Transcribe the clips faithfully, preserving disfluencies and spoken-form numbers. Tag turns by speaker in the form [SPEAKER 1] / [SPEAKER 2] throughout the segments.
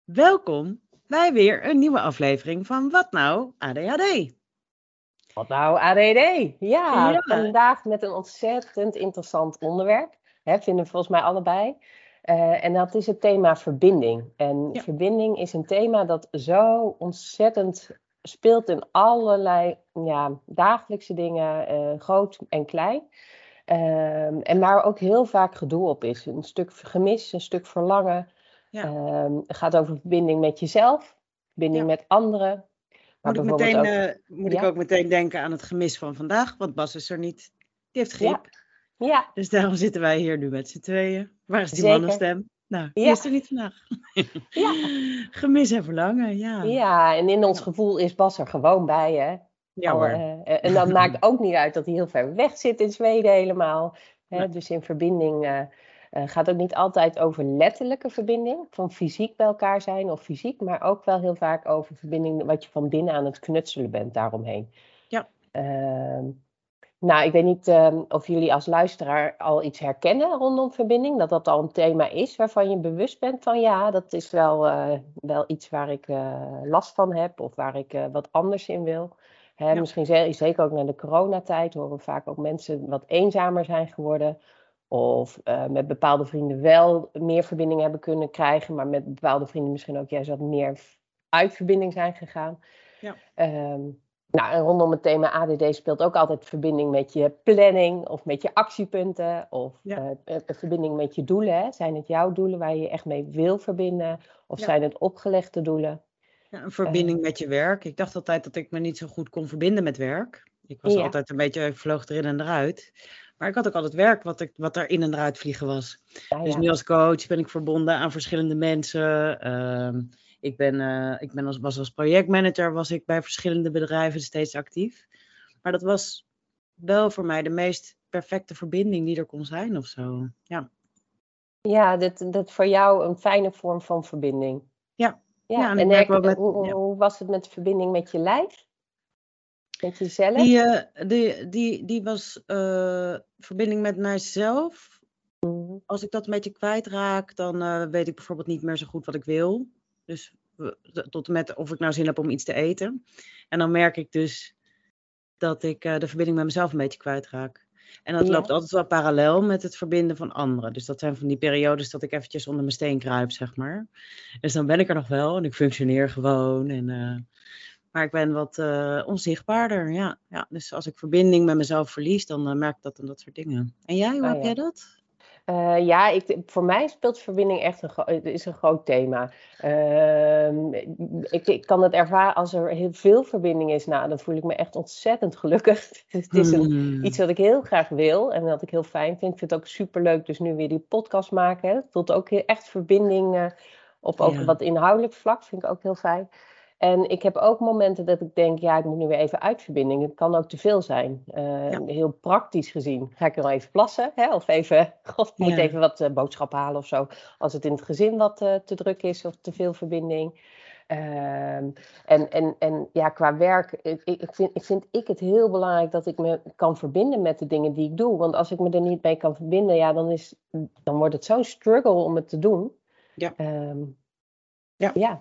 [SPEAKER 1] Welkom bij weer een nieuwe aflevering van Wat Nou A D H D.
[SPEAKER 2] Wat nou, A D D? Ja,
[SPEAKER 1] Ja.
[SPEAKER 2] vandaag met een ontzettend interessant onderwerp. Hè, vinden we volgens mij allebei. Uh, en dat is het thema verbinding. En
[SPEAKER 1] Ja.
[SPEAKER 2] verbinding is een thema dat zo ontzettend speelt in allerlei ja, dagelijkse dingen, uh, groot en klein. Uh, en waar ook heel vaak gedoe op is. Een stuk gemis, een stuk verlangen.
[SPEAKER 1] Ja.
[SPEAKER 2] Uh, het gaat over verbinding met jezelf, verbinding
[SPEAKER 1] Ja.
[SPEAKER 2] met anderen. Maar
[SPEAKER 1] Moet, ik,
[SPEAKER 2] bijvoorbeeld
[SPEAKER 1] meteen,
[SPEAKER 2] ook,
[SPEAKER 1] uh, moet
[SPEAKER 2] ja?
[SPEAKER 1] ik ook meteen denken aan het gemis van vandaag, want Bas is er niet. Die heeft griep.
[SPEAKER 2] Ja. Ja.
[SPEAKER 1] Dus daarom zitten wij hier nu met z'n tweeën. Waar is die
[SPEAKER 2] Zeker.
[SPEAKER 1] mannenstem? Nou, die
[SPEAKER 2] Ja.
[SPEAKER 1] is er niet vandaag.
[SPEAKER 2] Ja.
[SPEAKER 1] Gemis en verlangen, ja.
[SPEAKER 2] Ja, en in ons gevoel is Bas er gewoon bij, hè.
[SPEAKER 1] Ja
[SPEAKER 2] Al,
[SPEAKER 1] hoor.
[SPEAKER 2] uh, en dan maakt ook niet uit dat hij heel ver weg zit in Zweden helemaal. Hè? Nee. Dus in verbinding uh, uh, gaat ook niet altijd over letterlijke verbinding. Van fysiek bij elkaar zijn of fysiek. Maar ook wel heel vaak over verbinding wat je van binnen aan het knutselen bent daaromheen.
[SPEAKER 1] Ja.
[SPEAKER 2] Uh, Nou, ik weet niet uh, of jullie als luisteraar al iets herkennen rondom verbinding. Dat dat al een thema is waarvan je bewust bent van ja, dat is wel, uh, wel iets waar ik uh, last van heb of waar ik uh, wat anders in wil. Hè, ja. Misschien zeker ook na de coronatijd horen we vaak ook mensen wat eenzamer zijn geworden. Of uh, met bepaalde vrienden wel meer verbinding hebben kunnen krijgen, maar met bepaalde vrienden misschien ook juist wat meer uit verbinding zijn gegaan.
[SPEAKER 1] Ja.
[SPEAKER 2] Um, Nou, en rondom het thema A D D speelt ook altijd verbinding met je planning of met je actiepunten of ja. uh, een verbinding met je doelen. Hè? Zijn het jouw doelen waar je je echt mee wil verbinden of ja. zijn het opgelegde doelen?
[SPEAKER 1] Ja, een verbinding uh, met je werk. Ik dacht altijd dat ik me niet zo goed kon verbinden met werk. Ik was ja. altijd een beetje, ik vloog erin en eruit. Maar ik had ook altijd werk wat, ik, wat er in en eruit vliegen was. Ja, dus ja. nu als coach ben ik verbonden aan verschillende mensen. Uh, Ik, ben, uh, ik ben als, was als projectmanager was ik bij verschillende bedrijven steeds actief. Maar dat was wel voor mij de meest perfecte verbinding die er kon zijn of zo. Ja,
[SPEAKER 2] ja dat, dat voor jou een fijne vorm van verbinding.
[SPEAKER 1] Ja.
[SPEAKER 2] Ja,
[SPEAKER 1] ja
[SPEAKER 2] en, en
[SPEAKER 1] ik
[SPEAKER 2] wel
[SPEAKER 1] met,
[SPEAKER 2] hoe,
[SPEAKER 1] ja.
[SPEAKER 2] hoe was het met de verbinding met je lijf? Met jezelf?
[SPEAKER 1] Die, uh, die, die, die was uh, verbinding met mijzelf. Mm. Als ik dat een beetje kwijtraak, dan uh, weet ik bijvoorbeeld niet meer zo goed wat ik wil. Dus tot en met of ik nou zin heb om iets te eten. En dan merk ik dus dat ik uh, de verbinding met mezelf een beetje kwijtraak. En dat ja. loopt altijd wel parallel met het verbinden van anderen. Dus dat zijn van die periodes dat ik eventjes onder mijn steen kruip, zeg maar. Dus dan ben ik er nog wel en ik functioneer gewoon. En, uh, maar ik ben wat uh, onzichtbaarder, ja. ja. Dus als ik verbinding met mezelf verlies, dan uh, merk ik dat en dat soort dingen. En jij, hoe ah, heb ja. jij dat?
[SPEAKER 2] Uh, ja, ik, voor mij speelt verbinding echt een, is een groot thema. Uh, ik, ik kan het ervaren als er heel veel verbinding is. Nou, dan voel ik me echt ontzettend gelukkig. Het is een, hmm. iets wat ik heel graag wil en wat ik heel fijn vind. Ik vind het ook superleuk, dus nu weer die podcast maken. Het voelt ook echt verbinding uh, op ook ja. wat inhoudelijk vlak. Vind ik ook heel fijn. En ik heb ook momenten dat ik denk, ja, ik moet nu weer even uit verbinding. Het kan ook te veel zijn. Uh, ja. Heel praktisch gezien ga ik er wel even plassen. Hè? Of even, of ik moet ja. even wat uh, boodschappen halen of zo. Als het in het gezin wat uh, te druk is of te veel verbinding. Uh, en, en, en ja, qua werk, ik, ik, vind, ik vind ik het heel belangrijk dat ik me kan verbinden met de dingen die ik doe. Want als ik me er niet mee kan verbinden, ja, dan, is, dan wordt het zo'n struggle om het te doen.
[SPEAKER 1] Ja.
[SPEAKER 2] Um,
[SPEAKER 1] ja.
[SPEAKER 2] ja.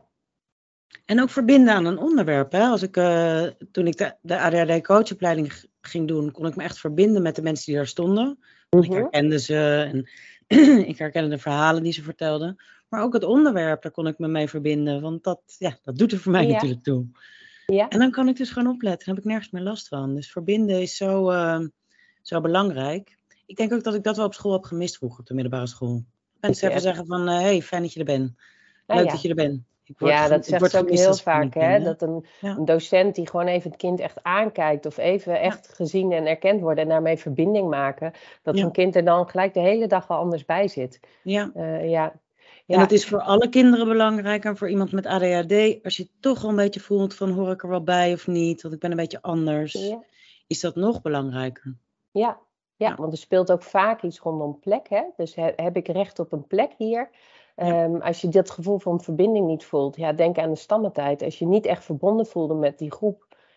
[SPEAKER 1] En ook verbinden aan een onderwerp. Hè? Als ik, uh, toen ik de, de A D H D-coachopleiding g- ging doen, kon ik me echt verbinden met de mensen die daar stonden. Want mm-hmm. Ik herkende ze en ik herkende de verhalen die ze vertelden. Maar ook het onderwerp, daar kon ik me mee verbinden. Want dat, ja, dat doet er voor mij ja. natuurlijk toe.
[SPEAKER 2] Ja.
[SPEAKER 1] En dan kan ik dus gewoon opletten. Dan heb ik nergens meer last van. Dus verbinden is zo, uh, zo belangrijk. Ik denk ook dat ik dat wel op school heb gemist vroeger, op de middelbare school. Mensen even zeggen van, hé, uh, hey, fijn dat je er bent. Leuk ah, ja. dat je er bent.
[SPEAKER 2] Ja, dat zegt ze ook heel vaak, hè? Dat een,
[SPEAKER 1] ja.
[SPEAKER 2] een docent die gewoon even het kind echt aankijkt of even echt ja. gezien en erkend wordt en daarmee verbinding maken, dat ja. zo'n kind er dan gelijk de hele dag al anders bij zit.
[SPEAKER 1] Ja.
[SPEAKER 2] Uh, ja.
[SPEAKER 1] En dat is voor alle kinderen belangrijk en voor iemand met A D H D, als je toch wel een beetje voelt van hoor ik er wel bij of niet, want ik ben een beetje anders, ja. is dat nog belangrijker.
[SPEAKER 2] Ja. Ja, ja, want er speelt ook vaak iets rondom plek, hè? Dus he, heb ik recht op een plek hier? Ja. Um, als je dat gevoel van verbinding niet voelt, ja, denk aan de stammentijd. Als je niet echt verbonden voelde met die groep,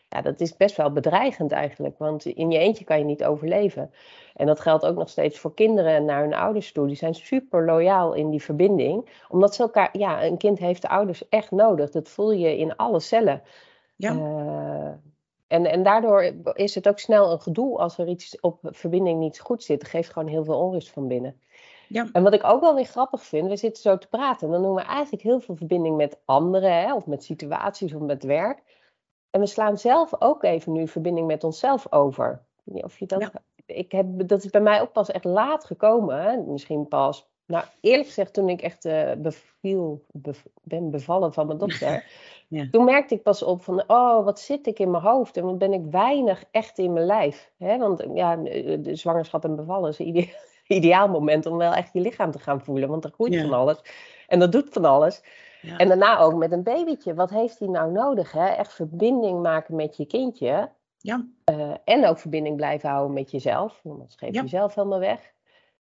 [SPEAKER 2] Ja, dat is best wel bedreigend eigenlijk, want in je eentje kan je niet overleven. En dat geldt ook nog steeds voor kinderen naar hun ouders toe. Die zijn super loyaal in die verbinding, omdat ze elkaar, ja, een kind heeft de ouders echt nodig. Dat voel je in alle cellen.
[SPEAKER 1] Ja,
[SPEAKER 2] Uh, en, en daardoor is het ook snel een gedoe als er iets op verbinding niet goed zit. Het geeft gewoon heel veel onrust van binnen.
[SPEAKER 1] ja,
[SPEAKER 2] En wat ik ook wel weer grappig vind, we zitten zo te praten, dan doen we eigenlijk heel veel verbinding met anderen, hè, of met situaties of met werk. En we slaan zelf ook even nu verbinding met onszelf over. Of je dat,
[SPEAKER 1] ja,
[SPEAKER 2] ik heb, dat is bij mij ook pas echt laat gekomen. Hè? Misschien pas, nou eerlijk gezegd toen ik echt uh, beviel, bev, ben bevallen van mijn dochter.
[SPEAKER 1] ja.
[SPEAKER 2] Toen merkte ik pas op van, oh wat zit ik in mijn hoofd. En wat ben ik weinig echt in mijn lijf. Hè? Want ja, de zwangerschap en bevallen is een ide- ideaal moment om wel echt je lichaam te gaan voelen. Want er groeit
[SPEAKER 1] Ja.
[SPEAKER 2] van alles. En dat doet van alles.
[SPEAKER 1] Ja.
[SPEAKER 2] En daarna ook met een babytje. Wat heeft hij nou nodig? Hè? Echt verbinding maken met je kindje.
[SPEAKER 1] Ja.
[SPEAKER 2] Uh, en ook verbinding blijven houden met jezelf. Want anders geef je
[SPEAKER 1] Ja.
[SPEAKER 2] jezelf helemaal weg.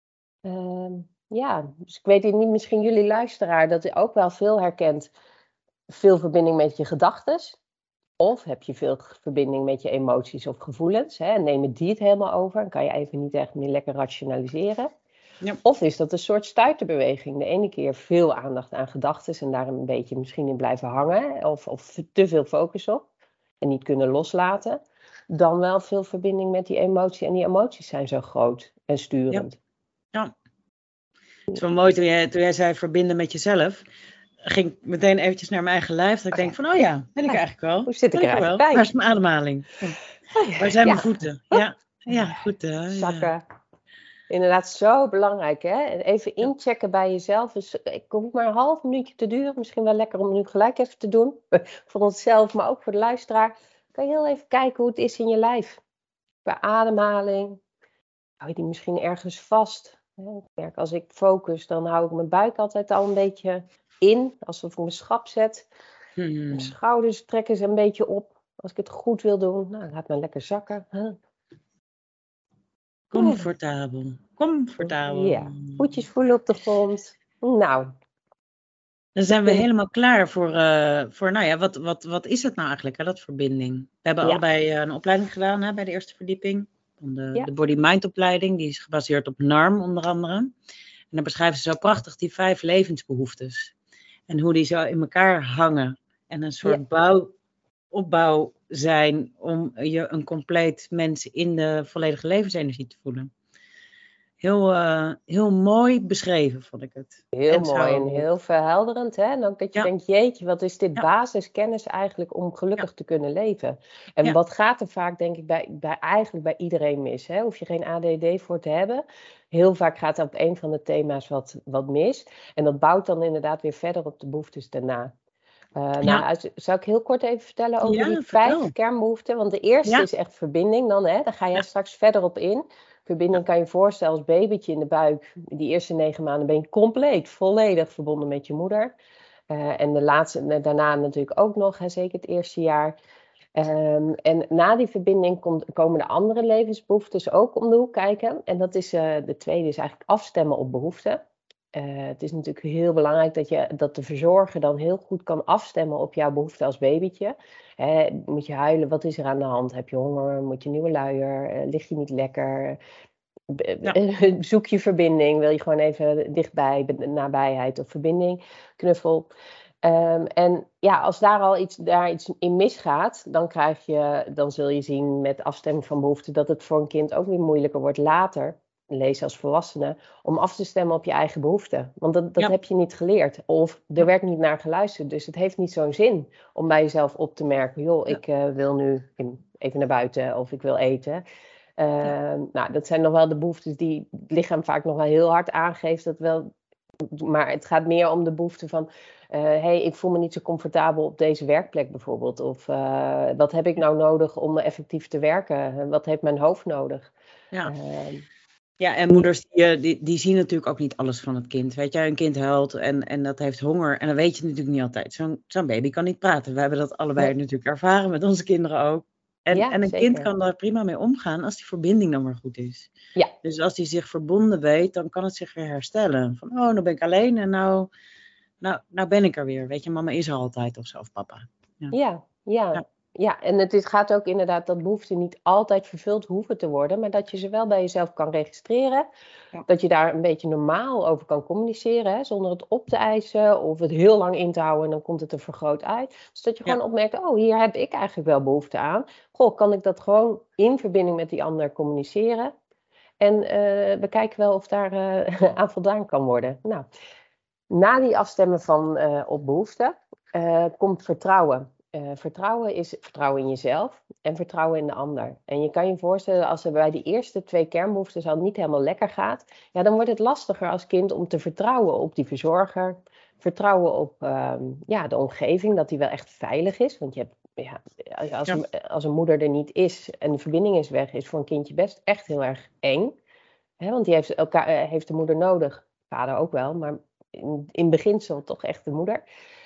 [SPEAKER 2] Uh, ja, dus ik weet niet, misschien jullie luisteraar, dat je ook wel veel herkent. Veel verbinding met je gedachtes. Of heb je veel verbinding met je emoties of gevoelens. Hè? Nemen die het helemaal over. Dan kan je even niet echt meer lekker rationaliseren.
[SPEAKER 1] Ja.
[SPEAKER 2] Of is dat een soort stuiterbeweging? De ene keer veel aandacht aan gedachten en daar een beetje misschien in blijven hangen. Of, of te veel focus op en niet kunnen loslaten. Dan wel veel verbinding met die emotie. En die emoties zijn zo groot en sturend.
[SPEAKER 1] Ja, ja. Het is wel mooi toen jij, toen jij zei verbinden met jezelf. Ging ik meteen eventjes naar mijn eigen lijf. Dat ik denk van, oh ja, ben ik eigenlijk wel.
[SPEAKER 2] Hoe zit ik
[SPEAKER 1] ben
[SPEAKER 2] er
[SPEAKER 1] ik
[SPEAKER 2] eigenlijk
[SPEAKER 1] wel.
[SPEAKER 2] bij?
[SPEAKER 1] Waar is mijn ademhaling? Waar zijn
[SPEAKER 2] Ja.
[SPEAKER 1] mijn voeten? Ja, ja goed. Uh,
[SPEAKER 2] Zakken.
[SPEAKER 1] Ja.
[SPEAKER 2] Inderdaad, zo belangrijk, hè? En even inchecken bij jezelf. Dus ik hoef maar een half minuutje te duren. Misschien wel lekker om nu gelijk even te doen. Voor onszelf, maar ook voor de luisteraar. Kan je heel even kijken hoe het is in je lijf. Bij ademhaling. Hou je die misschien ergens vast? Ik merk als ik focus, dan hou ik mijn buik altijd al een beetje in. Alsof ik mijn schap zet.
[SPEAKER 1] Hmm.
[SPEAKER 2] Mijn schouders trekken ze een beetje op. Als ik het goed wil doen, nou, laat me lekker zakken.
[SPEAKER 1] Comfortabel. Comfortabel.
[SPEAKER 2] Ja, voetjes voelen op de grond. Nou.
[SPEAKER 1] Dan zijn we helemaal klaar voor, uh, voor nou ja, wat, wat, wat is het nou eigenlijk, hè, dat verbinding? We hebben ja. allebei uh, een opleiding gedaan hè, bij de eerste verdieping. De, ja. de Body-Mind opleiding, die is gebaseerd op N A R M onder andere. En dan beschrijven ze zo prachtig die vijf levensbehoeftes. En hoe die zo in elkaar hangen. En een soort ja. bouw, opbouw zijn om je een compleet mens in de volledige levensenergie te voelen. Heel, uh, heel mooi beschreven, vond ik het.
[SPEAKER 2] Heel en mooi zo... en heel verhelderend. Hè? En ook dat je ja. denkt, jeetje, wat is dit ja. basiskennis eigenlijk om gelukkig ja. te kunnen leven? En ja. wat gaat er vaak, denk ik, bij, bij, eigenlijk bij iedereen mis? Hè? Hoef je geen A D D voor te hebben. Heel vaak gaat er op een van de thema's wat, wat mis. En dat bouwt dan inderdaad weer verder op de behoeftes daarna. Uh, ja. Nou, uit, zou ik heel kort even vertellen over ja, die vijf vertel. kernbehoeften? Want de eerste ja. is echt verbinding dan, hè? Daar ga jij ja. straks verder op in. Verbinding kan je je voorstellen als babytje in de buik. Die eerste negen maanden ben je compleet, volledig verbonden met je moeder. Uh, en de laatste, daarna natuurlijk ook nog, hè, zeker het eerste jaar. Um, en na die verbinding komt, komen de andere levensbehoeftes ook om de hoek kijken. En dat is, uh, de tweede is eigenlijk afstemmen op behoeften. Uh, het is natuurlijk heel belangrijk dat, je, dat de verzorger dan heel goed kan afstemmen op jouw behoefte als babytje. Hè, moet je huilen? Wat is er aan de hand? Heb je honger? Moet je nieuwe luier? Uh, lig je niet lekker? Ja. Zoek je verbinding? Wil je gewoon even dichtbij, nabijheid of verbinding? Knuffel. Um, en ja, als daar al iets, daar iets in misgaat, dan, krijg je, dan zul je zien met afstemming van behoeften dat het voor een kind ook weer moeilijker wordt later. Lees als volwassene, om af te stemmen op je eigen behoeften. Want dat, dat ja. heb je niet geleerd. Of er ja. werd niet naar geluisterd. Dus het heeft niet zo'n zin om bij jezelf op te merken. Joh, ja. ik uh, wil nu even naar buiten of ik wil eten. Uh, ja. Nou, dat zijn nog wel de behoeftes die het lichaam vaak nog wel heel hard aangeeft. Dat wel, maar het gaat meer om de behoefte van... Uh, hey, ik voel me niet zo comfortabel op deze werkplek bijvoorbeeld. Of uh, wat heb ik nou nodig om effectief te werken? Wat heeft mijn hoofd nodig?
[SPEAKER 1] Ja. Uh, Ja, en moeders die, die, die zien natuurlijk ook niet alles van het kind. Weet je, een kind huilt en, en dat heeft honger. En dat weet je natuurlijk niet altijd. Zo'n, zo'n baby kan niet praten. We hebben dat allebei ja. natuurlijk ervaren, met onze kinderen ook. En, ja, en een zeker. kind kan daar prima mee omgaan als die verbinding dan weer goed is.
[SPEAKER 2] Ja.
[SPEAKER 1] Dus als hij zich verbonden weet, dan kan het zich weer herstellen. Van, oh, nou ben ik alleen en nou, nou, nou ben ik er weer. Weet je, mama is er altijd of zo, of papa.
[SPEAKER 2] Ja, ja. ja. ja. Ja, en het is, gaat ook inderdaad dat behoeften niet altijd vervuld hoeven te worden, maar dat je ze wel bij jezelf kan registreren.
[SPEAKER 1] Ja.
[SPEAKER 2] Dat je daar een beetje normaal over kan communiceren, hè, zonder het op te eisen of het heel lang in te houden en dan komt het er vergroot uit. Dus dat je gewoon
[SPEAKER 1] Ja.
[SPEAKER 2] opmerkt, oh, hier heb ik eigenlijk wel behoefte aan. Goh, kan ik dat gewoon in verbinding met die ander communiceren? En uh, we kijken wel of daar uh, aan voldaan kan worden. Nou, na die afstemmen van uh, op behoeften uh, komt vertrouwen. Uh, vertrouwen is vertrouwen in jezelf en vertrouwen in de ander. En je kan je voorstellen, als er bij die eerste twee kernbehoeften al niet helemaal lekker gaat, ja, dan wordt het lastiger als kind om te vertrouwen op die verzorger. Vertrouwen op uh, ja, de omgeving, dat die wel echt veilig is. Want je hebt, ja, als,
[SPEAKER 1] Ja.
[SPEAKER 2] een, als een moeder er niet is en de verbinding is weg, is voor een kindje best echt heel erg eng. He, want die heeft, elkaar, heeft de moeder nodig. Vader ook wel, maar in, in beginsel toch echt de moeder.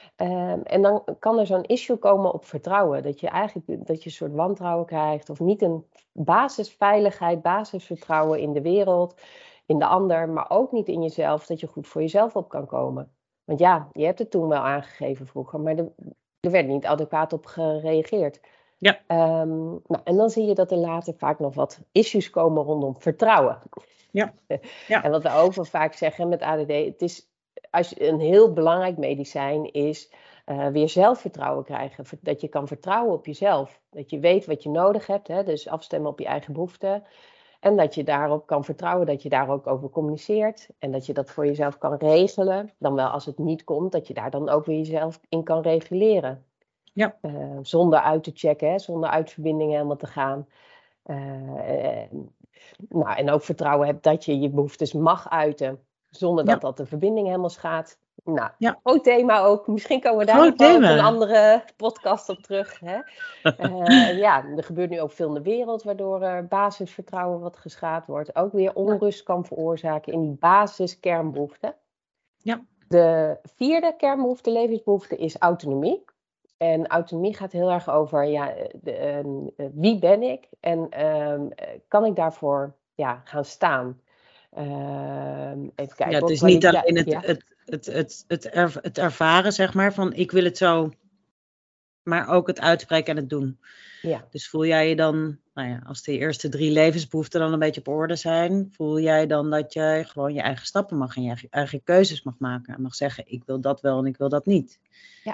[SPEAKER 2] Um, en dan kan er zo'n issue komen op vertrouwen. Dat je eigenlijk dat je een soort wantrouwen krijgt. Of niet een basisveiligheid, basisvertrouwen in de wereld, in de ander. Maar ook niet in jezelf, dat je goed voor jezelf op kan komen. Want ja, je hebt het toen wel aangegeven vroeger. Maar er, er werd niet adequaat op gereageerd.
[SPEAKER 1] Ja.
[SPEAKER 2] Um, nou, en dan zie je dat er later vaak nog wat issues komen rondom vertrouwen.
[SPEAKER 1] Ja. Ja.
[SPEAKER 2] En wat we ook wel vaak zeggen met A D D, het is als je, een heel belangrijk medicijn is uh, weer zelfvertrouwen krijgen. Dat je kan vertrouwen op jezelf. Dat je weet wat je nodig hebt, hè, dus afstemmen op je eigen behoeften. En dat je daarop kan vertrouwen, dat je daar ook over communiceert. En dat je dat voor jezelf kan regelen. Dan wel als het niet komt, dat je daar dan ook weer jezelf in kan reguleren.
[SPEAKER 1] Ja.
[SPEAKER 2] Uh, zonder uit te checken, hè, zonder uit verbinding helemaal te gaan. Uh, uh, nou, en ook vertrouwen hebt dat je je behoeftes mag uiten. Zonder dat ja. dat de verbinding helemaal schaadt. Nou, ja. Groot thema ook. Misschien komen we daar nog wel op een andere podcast op terug. Hè? uh, ja, er gebeurt nu ook veel in de wereld, waardoor er basisvertrouwen wat geschaad wordt. Ook weer onrust ja. kan veroorzaken in die basiskernbehoeften.
[SPEAKER 1] Ja.
[SPEAKER 2] De vierde kernbehoefte, levensbehoefte, is autonomie. En autonomie gaat heel erg over, ja, de, uh, wie ben ik en uh, kan ik daarvoor ja, gaan staan. Uh, even kijken.
[SPEAKER 1] Ja, het is niet alleen het, ja. het, het, het, het, erv- het ervaren, zeg maar, van ik wil het zo, maar ook het uitspreken en het doen.
[SPEAKER 2] Ja.
[SPEAKER 1] Dus voel jij je dan, nou ja, als de eerste drie levensbehoeften dan een beetje op orde zijn, voel jij dan dat jij gewoon je eigen stappen mag en je eigen, eigen keuzes mag maken. En mag zeggen, ik wil dat wel en ik wil dat niet.
[SPEAKER 2] Ja.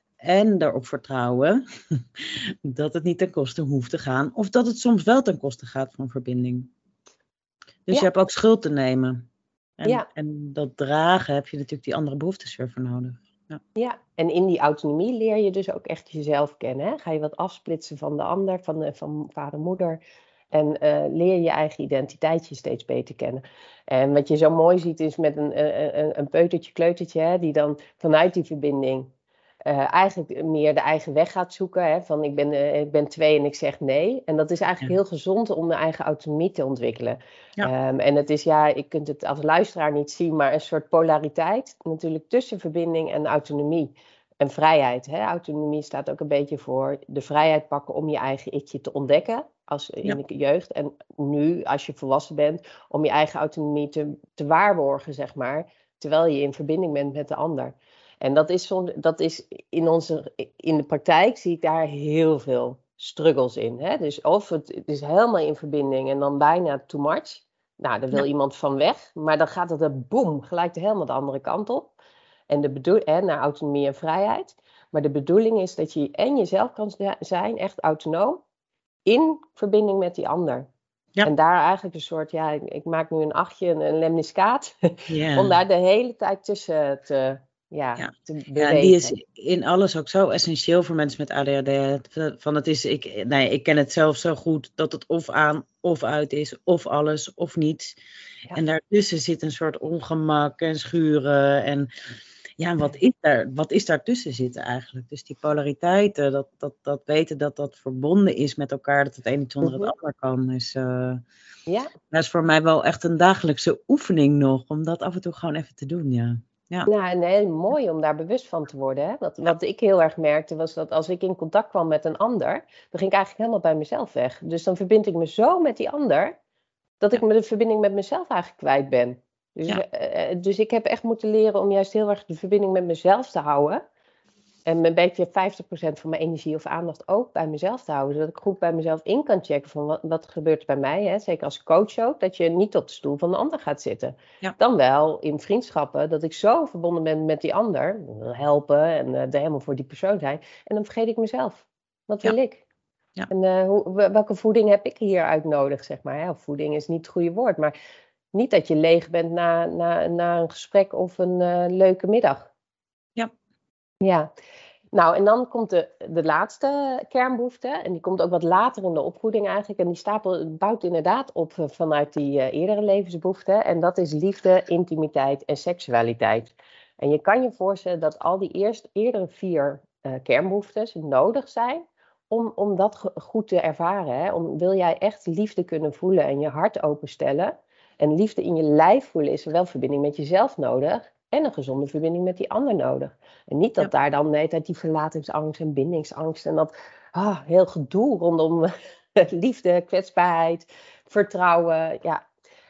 [SPEAKER 1] En erop vertrouwen dat het niet ten koste hoeft te gaan. Of dat het soms wel ten koste gaat van verbinding. Dus ja. je hebt ook schuld te nemen. En,
[SPEAKER 2] ja.
[SPEAKER 1] en dat dragen heb je natuurlijk die andere behoeftes weer voor nodig. Ja.
[SPEAKER 2] ja, en in die autonomie leer je dus ook echt jezelf kennen. Hè? Ga je wat afsplitsen van de ander, van, de, van vader, moeder. En uh, leer je eigen identiteitje steeds beter kennen. En wat je zo mooi ziet is met een, een, een peutertje, kleutertje, hè, die dan vanuit die verbinding uh, eigenlijk meer de eigen weg gaat zoeken. Hè, van ik ben, uh, ik ben twee en ik zeg nee. En dat is eigenlijk ja. heel gezond om de eigen autonomie te ontwikkelen. Ja. Um, en het is, ja, je kunt het als luisteraar niet zien, maar een soort polariteit natuurlijk tussen verbinding en autonomie. En vrijheid. Hè? Autonomie staat ook een beetje voor de vrijheid pakken om je eigen ikje te ontdekken. Als in ja. de jeugd. En nu, als je volwassen bent, om je eigen autonomie te, te waarborgen, zeg maar. Terwijl je in verbinding bent met de ander. En dat is, soms, dat is in, onze, in de praktijk zie ik daar heel veel struggles in. Hè? Dus of het, het is helemaal in verbinding en dan bijna too much. Nou, daar wil ja. iemand van weg. Maar dan gaat het er boem, gelijk helemaal de andere kant op. En de bedoel, hè, naar autonomie en vrijheid. Maar de bedoeling is dat je en jezelf kan zijn, echt autonoom, in verbinding met die ander. Ja. En daar eigenlijk een soort, ja, ik, ik maak nu een achtje, een, een lemniscaat, yeah. om daar de hele tijd tussen te, ja, ja. te bewegen. Ja,
[SPEAKER 1] die is in alles ook zo essentieel voor mensen met A D H D. Van het is, ik, nee, ik ken het zelf zo goed, dat het of aan of uit is, of alles of niets. Ja. En daartussen zit een soort ongemak en schuren en... Ja, wat is daar, wat is daartussen zitten eigenlijk? Dus die polariteiten, dat, dat, dat weten dat dat verbonden is met elkaar, dat het een niet zonder mm-hmm. het ander kan. Dus uh,
[SPEAKER 2] ja.
[SPEAKER 1] dat is voor mij wel echt een dagelijkse oefening nog, om dat af en toe gewoon even te doen, ja. Ja.
[SPEAKER 2] Nou, nee, mooi om daar bewust van te worden. Hè? Wat, wat ik heel erg merkte, was dat als ik in contact kwam met een ander, dan ging ik eigenlijk helemaal bij mezelf weg. Dus dan verbind ik me zo met die ander, dat ik me de verbinding met mezelf eigenlijk kwijt ben. Dus, ja. uh, dus ik heb echt moeten leren om juist heel erg de verbinding met mezelf te houden. En een beetje vijftig procent van mijn energie of aandacht ook bij mezelf te houden. Zodat ik goed bij mezelf in kan checken van wat, wat gebeurt er bij mij. Hè? Zeker als coach ook, dat je niet op de stoel van de ander gaat zitten.
[SPEAKER 1] Ja.
[SPEAKER 2] Dan wel in vriendschappen, dat ik zo verbonden ben met die ander. Wil helpen en uh, er helemaal voor die persoon zijn. En dan vergeet ik mezelf. Wat wil
[SPEAKER 1] Ja.
[SPEAKER 2] ik?
[SPEAKER 1] Ja.
[SPEAKER 2] En uh, hoe, welke voeding heb ik hieruit nodig, zeg maar. Hè? Of voeding is niet het goede woord, maar niet dat je leeg bent na, na, na een gesprek of een uh, leuke middag.
[SPEAKER 1] Ja.
[SPEAKER 2] Ja. Nou, en dan komt de, de laatste kernbehoefte. En die komt ook wat later in de opvoeding eigenlijk. En die stapel bouwt inderdaad op vanuit die uh, eerdere levensbehoeften. En dat is liefde, intimiteit en seksualiteit. En je kan je voorstellen dat al die eerst, eerdere vier uh, kernbehoeftes nodig zijn om, om dat ge- goed te ervaren. Hè? Om, wil jij echt liefde kunnen voelen en je hart openstellen. En liefde in je lijf voelen is er wel verbinding met jezelf nodig. En een gezonde verbinding met die ander nodig. En niet dat
[SPEAKER 1] Ja.
[SPEAKER 2] daar dan de hele tijd die verlatingsangst en bindingsangst en dat ah, heel gedoe rondom liefde, kwetsbaarheid, vertrouwen. Ja,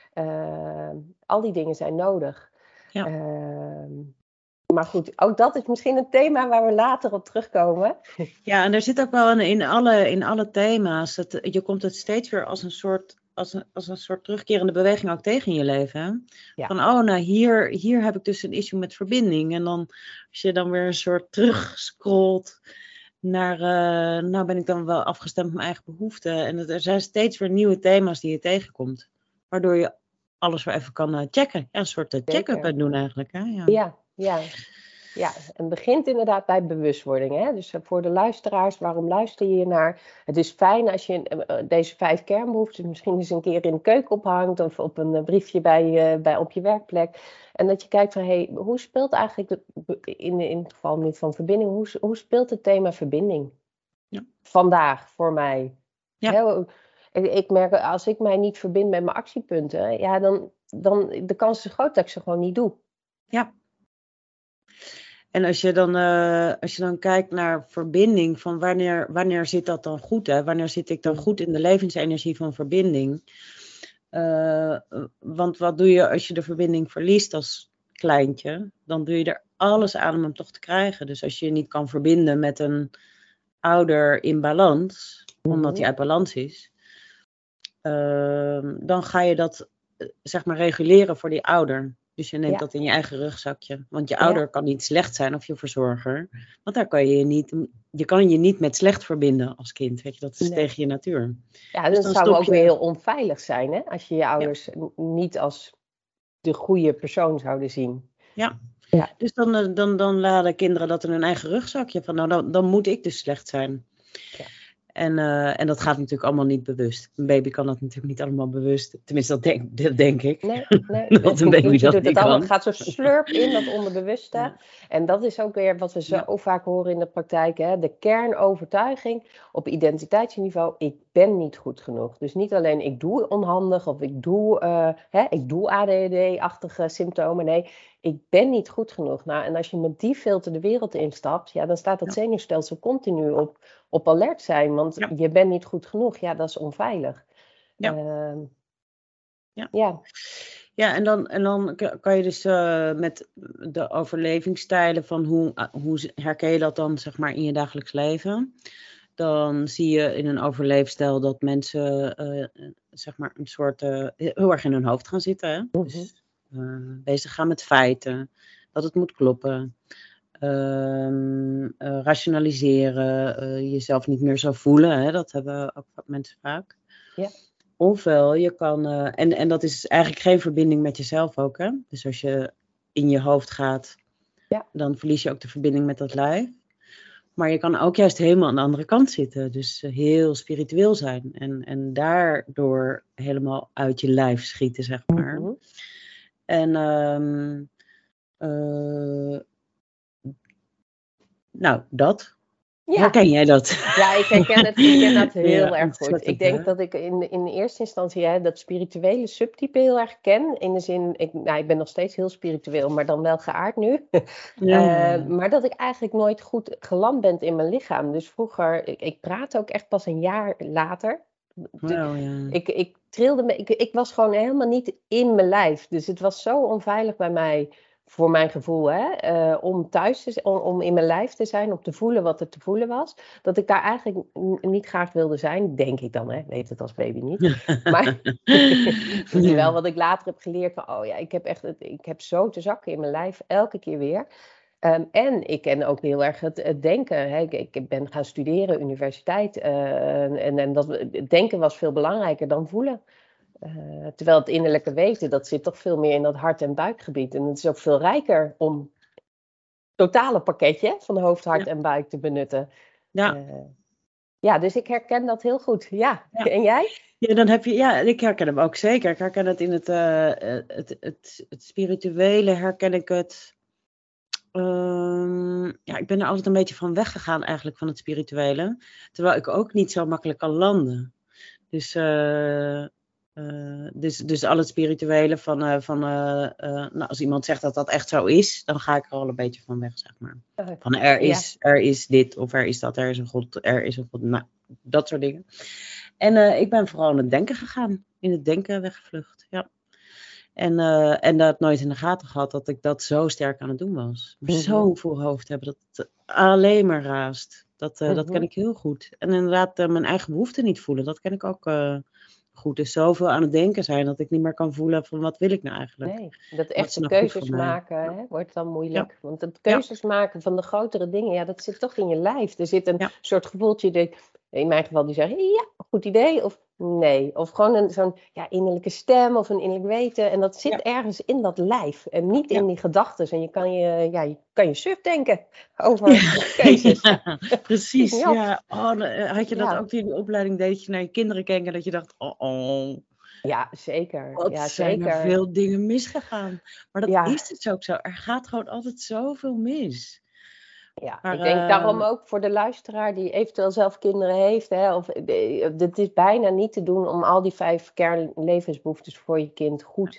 [SPEAKER 2] uh, al die dingen zijn nodig.
[SPEAKER 1] Ja.
[SPEAKER 2] Uh, maar goed, ook dat is misschien een thema waar we later op terugkomen.
[SPEAKER 1] Ja, en er zit ook wel in, in, alle, in alle thema's. Het, je komt het steeds weer als een soort... Als een, als een soort terugkerende beweging ook tegen in je leven. Hè?
[SPEAKER 2] Ja.
[SPEAKER 1] Van, oh, nou hier, hier heb ik dus een issue met verbinding. En dan, als je dan weer een soort terugscrollt naar, uh, nou ben ik dan wel afgestemd op mijn eigen behoeften. En het, er zijn steeds weer nieuwe thema's die je tegenkomt. Waardoor je alles weer even kan uh, checken. Ja, een soort uh, check-up uit doen eigenlijk. Hè? Ja.
[SPEAKER 2] Ja, ja. Ja, en begint inderdaad bij bewustwording. Hè? Dus voor de luisteraars, waarom luister je naar? Het is fijn als je uh, deze vijf kernbehoeften misschien eens een keer in de keuken ophangt of op een briefje bij, uh, bij op je werkplek. En dat je kijkt van, hey, hoe speelt eigenlijk, de, in, in het geval nu van verbinding, hoe, hoe speelt het thema verbinding?
[SPEAKER 1] Ja.
[SPEAKER 2] Vandaag voor mij.
[SPEAKER 1] Ja.
[SPEAKER 2] Heel, ik, ik merk, als ik mij niet verbind met mijn actiepunten, ja, dan, dan de kans is groot dat ik ze gewoon niet doe.
[SPEAKER 1] Ja. En als je dan, uh, als je dan kijkt naar verbinding, van wanneer, wanneer zit dat dan goed? Hè? Wanneer zit ik dan goed in de levensenergie van verbinding? Uh, want wat doe je als je de verbinding verliest als kleintje? Dan doe je er alles aan om hem toch te krijgen. Dus als je je niet kan verbinden met een ouder in balans, omdat
[SPEAKER 2] Mm-hmm.
[SPEAKER 1] hij uit balans is, uh, dan ga je dat zeg maar reguleren voor die ouder. Dus je neemt
[SPEAKER 2] Ja.
[SPEAKER 1] dat in je eigen rugzakje. Want je
[SPEAKER 2] Ja.
[SPEAKER 1] ouder kan niet slecht zijn of je verzorger. Want daar kan je je niet... Je kan je niet met slecht verbinden als kind. Weet je, dat is
[SPEAKER 2] Nee.
[SPEAKER 1] tegen je natuur.
[SPEAKER 2] Ja,
[SPEAKER 1] dus
[SPEAKER 2] dat
[SPEAKER 1] dan
[SPEAKER 2] zou
[SPEAKER 1] stop
[SPEAKER 2] ook
[SPEAKER 1] je...
[SPEAKER 2] weer heel onveilig zijn, hè? Als je je ouders ja. niet als de goede persoon zouden zien.
[SPEAKER 1] Ja,
[SPEAKER 2] ja.
[SPEAKER 1] Dus dan, dan, dan laden kinderen dat in hun eigen rugzakje. Van nou, dan, dan moet ik dus slecht zijn.
[SPEAKER 2] Ja.
[SPEAKER 1] En, uh, en dat gaat natuurlijk allemaal niet bewust. Een baby kan dat natuurlijk niet allemaal bewust. Tenminste, dat denk, dat denk ik.
[SPEAKER 2] Nee, nee.
[SPEAKER 1] dat een baby dat
[SPEAKER 2] doet
[SPEAKER 1] niet
[SPEAKER 2] het allemaal,
[SPEAKER 1] kan.
[SPEAKER 2] gaat zo slurp in, dat onderbewuste. Ja. En dat is ook weer wat we zo ja. vaak horen in de praktijk. Hè? De kernovertuiging op identiteitsniveau. Ik ben niet goed genoeg. Dus niet alleen ik doe onhandig of ik doe, uh, hè, ik doe A D H D-achtige symptomen. Nee, ik ben niet goed genoeg. Nou, en als je met die filter de wereld instapt, ja, dan staat dat ja. zenuwstelsel continu op, op alert zijn. Want ja. je bent niet goed genoeg. Ja, dat is onveilig.
[SPEAKER 1] Ja.
[SPEAKER 2] Uh,
[SPEAKER 1] ja.
[SPEAKER 2] ja.
[SPEAKER 1] Ja, en dan, en dan kan je dus uh, met de overlevingsstijlen van hoe, uh, hoe herken je dat dan zeg maar in je dagelijks leven? Dan zie je in een overleefstijl dat mensen uh, zeg maar een soort uh, heel erg in hun hoofd gaan zitten. Hè?
[SPEAKER 2] Mm-hmm.
[SPEAKER 1] Dus uh, bezig gaan met feiten, dat het moet kloppen. Uh, uh, rationaliseren, uh, jezelf niet meer zo voelen. Hè? Dat hebben ook mensen vaak.
[SPEAKER 2] Ja.
[SPEAKER 1] Ofwel, je kan, uh, en, en dat is eigenlijk geen verbinding met jezelf ook, hè? Dus als je in je hoofd gaat,
[SPEAKER 2] ja.
[SPEAKER 1] dan verlies je ook de verbinding met dat lijf. Maar je kan ook juist helemaal aan de andere kant zitten. Dus uh, heel spiritueel zijn. En, en daardoor helemaal uit je lijf schieten, zeg maar.
[SPEAKER 2] Mm-hmm.
[SPEAKER 1] En, um, uh, nou, dat. Ja. Herken jij dat?
[SPEAKER 2] Ja, ik herken het, ik ken dat heel
[SPEAKER 1] ja,
[SPEAKER 2] erg goed. Ik denk hè? dat ik in, in eerste instantie hè, dat spirituele subtype heel erg ken. In de zin, ik, nou, ik ben nog steeds heel spiritueel, maar dan wel geaard nu. Ja. uh, maar dat ik eigenlijk nooit goed geland ben in mijn lichaam. Dus vroeger, ik, ik praat ook echt pas een jaar later.
[SPEAKER 1] Wow, ja.
[SPEAKER 2] ik, ik trilde me, ik, ik was gewoon helemaal niet in mijn lijf. Dus het was zo onveilig bij mij voor mijn gevoel, hè, uh, om thuis te om, om in mijn lijf te zijn, om te voelen wat er te voelen was, dat ik daar eigenlijk n- niet graag wilde zijn, denk ik dan, hè, weet het als baby niet. Maar het is wel wat ik later heb geleerd van, oh ja, ik heb echt, het, ik heb zo te zakken in mijn lijf, elke keer weer. Um, en ik ken ook heel erg het, het denken. Hè. Ik, ik ben gaan studeren, universiteit. Uh, en, en dat, het denken was veel belangrijker dan voelen. Uh, terwijl het innerlijke weten, dat zit toch veel meer in dat hart- en buikgebied. En het is ook veel rijker om het totale pakketje van hoofd, hart
[SPEAKER 1] Ja.
[SPEAKER 2] en buik te benutten.
[SPEAKER 1] Ja.
[SPEAKER 2] Uh, ja, dus ik herken dat heel goed. Ja,
[SPEAKER 1] Ja.
[SPEAKER 2] En jij?
[SPEAKER 1] Ja, dan heb je, ja, ik herken hem ook zeker. Ik herken het in het, uh, het, het, het spirituele, herken ik het. Um, ja, ik ben er altijd een beetje van weggegaan eigenlijk, van het spirituele. Terwijl ik ook niet zo makkelijk kan landen. Dus, uh, uh, dus, dus al het spirituele van, uh, van uh, uh, nou, als iemand zegt dat dat echt zo is, dan ga ik er al een beetje van weg, zeg maar. Van er is, ja. er is dit of er is dat, er is een God, er is een God, nou, dat soort dingen. En uh, ik ben vooral in het denken gegaan, in het denken weggevlucht, ja. En, uh, en dat nooit in de gaten gehad dat ik dat zo sterk aan het doen was. Mm-hmm. Zo'n vol hoofd hebben dat het alleen maar raast. Dat, uh, mm-hmm. dat ken ik heel goed. En inderdaad uh, mijn eigen behoeften niet voelen, dat ken ik ook uh, goed. Dus zoveel aan het denken zijn dat ik niet meer kan voelen van wat wil ik nou eigenlijk.
[SPEAKER 2] Nee, dat echte nou keuzes maken hè, wordt dan moeilijk. Ja. Want het keuzes ja. maken van de grotere dingen, ja, dat zit toch in je lijf. Er zit een ja. soort gevoeltje, die, in mijn geval, die zegt ja, goed idee of nee. Of gewoon een, zo'n ja, innerlijke stem of een innerlijk weten. En dat zit ja. ergens in dat lijf en niet ja. in die gedachten. En je kan je, ja, je, kan je suf denken over ja. keuzes.
[SPEAKER 1] Ja, precies, ja. ja. Oh, had je dat ja. ook in die opleiding, deed je naar je kinderen kijken en dat je dacht, oh oh.
[SPEAKER 2] Ja, zeker.
[SPEAKER 1] Wat
[SPEAKER 2] ja,
[SPEAKER 1] zijn
[SPEAKER 2] zeker.
[SPEAKER 1] er veel dingen misgegaan. Maar dat
[SPEAKER 2] ja.
[SPEAKER 1] is het ook zo. Er gaat gewoon altijd zoveel mis.
[SPEAKER 2] Ja, maar, ik denk uh... daarom ook voor de luisteraar die eventueel zelf kinderen heeft. Hè, of, het is bijna niet te doen om al die vijf kernlevensbehoeftes voor je kind goed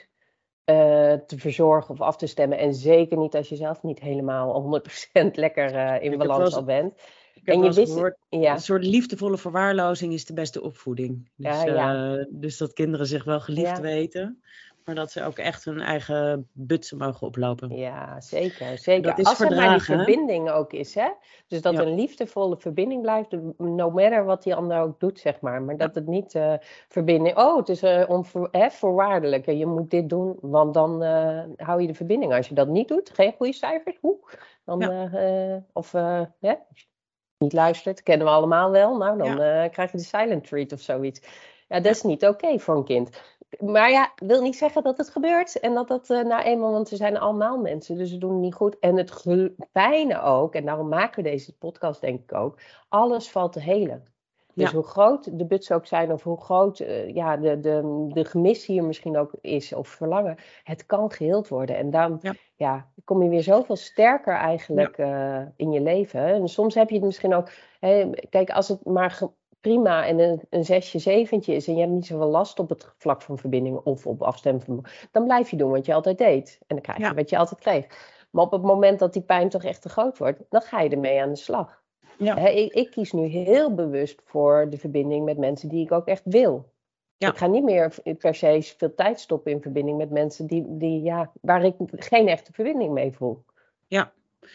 [SPEAKER 2] uh, te verzorgen of af te stemmen. En zeker niet als je zelf niet helemaal honderd procent lekker uh, in ik balans al bent.
[SPEAKER 1] Ik heb
[SPEAKER 2] en
[SPEAKER 1] wel
[SPEAKER 2] je
[SPEAKER 1] eens
[SPEAKER 2] wist,
[SPEAKER 1] gehoord,
[SPEAKER 2] ja.
[SPEAKER 1] een soort liefdevolle verwaarlozing is de beste opvoeding. Dus,
[SPEAKER 2] ja, ja.
[SPEAKER 1] Uh, dus dat kinderen zich wel geliefd
[SPEAKER 2] ja.
[SPEAKER 1] weten, maar dat ze ook echt hun eigen butsen mogen oplopen.
[SPEAKER 2] Ja, zeker. zeker.
[SPEAKER 1] Dat is
[SPEAKER 2] als er maar die
[SPEAKER 1] verdragen,
[SPEAKER 2] verbinding ook is, hè? Dus dat
[SPEAKER 1] ja.
[SPEAKER 2] een liefdevolle verbinding blijft, no matter wat die ander ook doet, zeg maar. Maar dat ja. het niet uh, verbinding, oh, het is uh, onvoor, hè, voorwaardelijk. Je moet dit doen, want dan uh, hou je de verbinding. Als je dat niet doet, geen goede cijfers, hoe? Dan, ja. uh, uh, of, uh, hè? niet luistert, kennen we allemaal wel. Nou, dan ja. uh, krijg je de silent treat of zoiets. Ja, dat is ja. niet oké okay voor een kind. Maar ja, wil niet zeggen dat het gebeurt. En dat dat uh, nou eenmaal, want we zijn allemaal mensen, dus we doen het niet goed. En het fijne ook, en daarom maken we deze podcast denk ik ook, alles valt te helen. Dus ja. hoe groot de buts ook zijn, of hoe groot uh, ja, de, de, de gemis hier misschien ook is, of verlangen, het kan geheeld worden. En dan ja. Ja, kom je weer zoveel sterker eigenlijk ja. uh, in je leven. En soms heb je het misschien ook, hè, kijk, als het maar ge- prima en een, een zesje, zeventje is en je hebt niet zoveel last op het vlak van verbinding of op afstemmen, dan blijf je doen wat je altijd deed. En dan krijg je ja. wat je altijd kreeg. Maar op het moment dat die pijn toch echt te groot wordt, dan ga je ermee aan de slag. Ja. He, ik, ik kies nu heel bewust voor de verbinding met mensen die ik ook echt wil. Ja. Ik ga niet meer per se veel tijd stoppen in verbinding met mensen die, die, ja, waar ik geen echte verbinding mee voel.
[SPEAKER 1] Ja,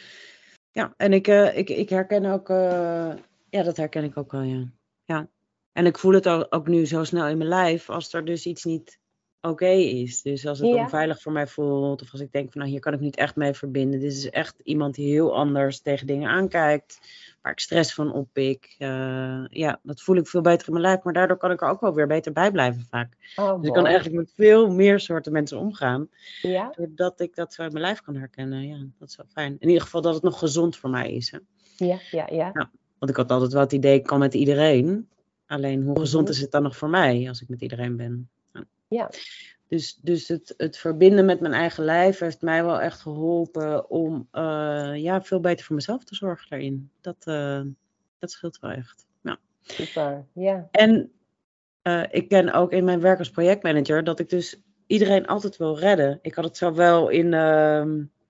[SPEAKER 1] ja. en ik, uh, ik, ik herken ook, uh, ja, dat herken ik ook wel, ja. ja. En ik voel het ook, ook nu zo snel in mijn lijf als er dus iets niet oké okay is. Dus als het ja. onveilig voor mij voelt, of als ik denk van, nou, hier kan ik niet echt mee verbinden. Dit is echt iemand die heel anders tegen dingen aankijkt, waar ik stress van oppik. Uh, ja, dat voel ik veel beter in mijn lijf, maar daardoor kan ik er ook wel weer beter bij blijven vaak.
[SPEAKER 2] Oh,
[SPEAKER 1] dus ik kan eigenlijk met veel meer soorten mensen omgaan,
[SPEAKER 2] ja?
[SPEAKER 1] doordat ik dat zo in mijn lijf kan herkennen. Ja, dat is wel fijn. In ieder geval dat het nog gezond voor mij is. Hè.
[SPEAKER 2] Ja, ja, ja,
[SPEAKER 1] ja. Want ik had altijd wel het idee, ik kan met iedereen. Alleen hoe mm-hmm. gezond is het dan nog voor mij als ik met iedereen ben? Ja.
[SPEAKER 2] ja.
[SPEAKER 1] Dus, dus het, het verbinden met mijn eigen lijf heeft mij wel echt geholpen om uh, ja, veel beter voor mezelf te zorgen daarin. Dat, uh, dat scheelt wel echt. Ja.
[SPEAKER 2] Super, ja.
[SPEAKER 1] En uh, ik ken ook in mijn werk als projectmanager dat ik dus iedereen altijd wil redden. Ik had het zowel in, uh,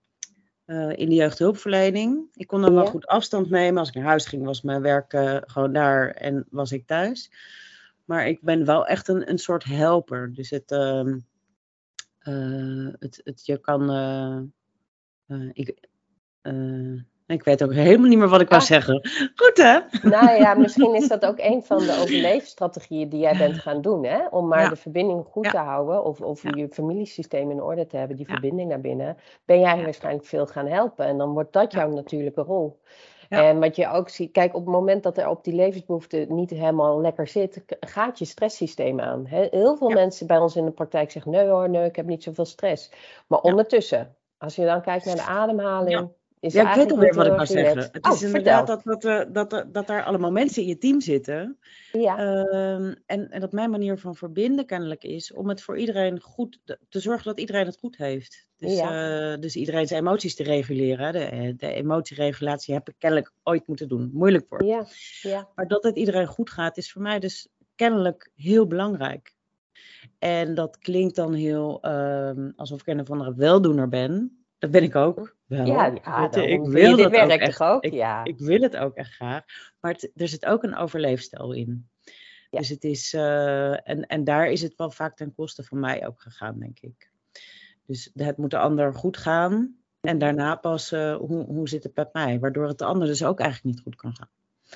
[SPEAKER 1] uh, in de jeugdhulpverlening. Ik kon dan ja. wel goed afstand nemen. Als ik naar huis ging was mijn werk uh, gewoon daar en was ik thuis. Maar ik ben wel echt een, een soort helper. Dus het... Uh, Uh, het, het, je kan, uh, Uh, ik, uh, ik weet ook helemaal niet meer wat ik
[SPEAKER 2] Ja.
[SPEAKER 1] wou zeggen. Goed, hè?
[SPEAKER 2] Nou ja, misschien is dat ook een van de overleefstrategieën die jij bent gaan doen, hè? Om maar
[SPEAKER 1] Ja.
[SPEAKER 2] de verbinding goed
[SPEAKER 1] Ja.
[SPEAKER 2] te houden of, of
[SPEAKER 1] Ja.
[SPEAKER 2] je familiesysteem in orde te hebben, die
[SPEAKER 1] Ja.
[SPEAKER 2] verbinding naar binnen, ben jij
[SPEAKER 1] Ja.
[SPEAKER 2] waarschijnlijk veel gaan helpen. En dan wordt dat
[SPEAKER 1] Ja.
[SPEAKER 2] jouw natuurlijke rol.
[SPEAKER 1] Ja.
[SPEAKER 2] En wat je ook ziet, kijk, op het moment dat er op die levensbehoefte niet helemaal lekker zit, k- gaat je stresssysteem aan. Hè? Heel veel
[SPEAKER 1] Ja.
[SPEAKER 2] mensen bij ons in de praktijk zeggen, nee hoor, nee, ik heb niet zoveel stress. Maar
[SPEAKER 1] Ja.
[SPEAKER 2] ondertussen, als je dan kijkt naar de ademhaling,
[SPEAKER 1] Ja.
[SPEAKER 2] is
[SPEAKER 1] Ja,
[SPEAKER 2] het
[SPEAKER 1] ik weet
[SPEAKER 2] eigenlijk
[SPEAKER 1] alweer
[SPEAKER 2] niet
[SPEAKER 1] wat
[SPEAKER 2] heel
[SPEAKER 1] ik
[SPEAKER 2] erg
[SPEAKER 1] wou zeggen.
[SPEAKER 2] relaxed.
[SPEAKER 1] Het
[SPEAKER 2] Oh,
[SPEAKER 1] is inderdaad
[SPEAKER 2] vertel.
[SPEAKER 1] dat, dat, er- dat, er- dat er allemaal mensen in je team zitten.
[SPEAKER 2] Ja,
[SPEAKER 1] Ehm, en, en dat mijn manier van verbinden kennelijk is om het voor iedereen goed te te zorgen dat iedereen het goed heeft. Dus,
[SPEAKER 2] ja,
[SPEAKER 1] eh, dus iedereen zijn emoties te reguleren. De, de emotieregulatie heb ik kennelijk ooit moeten doen. Moeilijk voor.
[SPEAKER 2] ja, ja.
[SPEAKER 1] Maar dat het iedereen goed gaat, is voor mij dus kennelijk heel belangrijk. En dat klinkt dan heel ehm, alsof ik een of andere weldoener ben. Dat ben ik ook
[SPEAKER 2] Ja,
[SPEAKER 1] wel.
[SPEAKER 2] ja,
[SPEAKER 1] Weet je, ik
[SPEAKER 2] daarom doe je
[SPEAKER 1] wil
[SPEAKER 2] dit
[SPEAKER 1] dat ook
[SPEAKER 2] werk
[SPEAKER 1] echt.
[SPEAKER 2] toch ook?
[SPEAKER 1] Ik,
[SPEAKER 2] Ja,
[SPEAKER 1] ik wil het ook echt graag. Maar het, er zit ook een overleefstijl in.
[SPEAKER 2] ja.
[SPEAKER 1] Dus het is, eh, en, en daar is het wel vaak ten koste van mij ook gegaan, denk ik. Dus het moet de ander goed gaan. En daarna pas, eh, hoe, hoe zit het met mij? Waardoor het de ander dus ook eigenlijk niet goed kan gaan.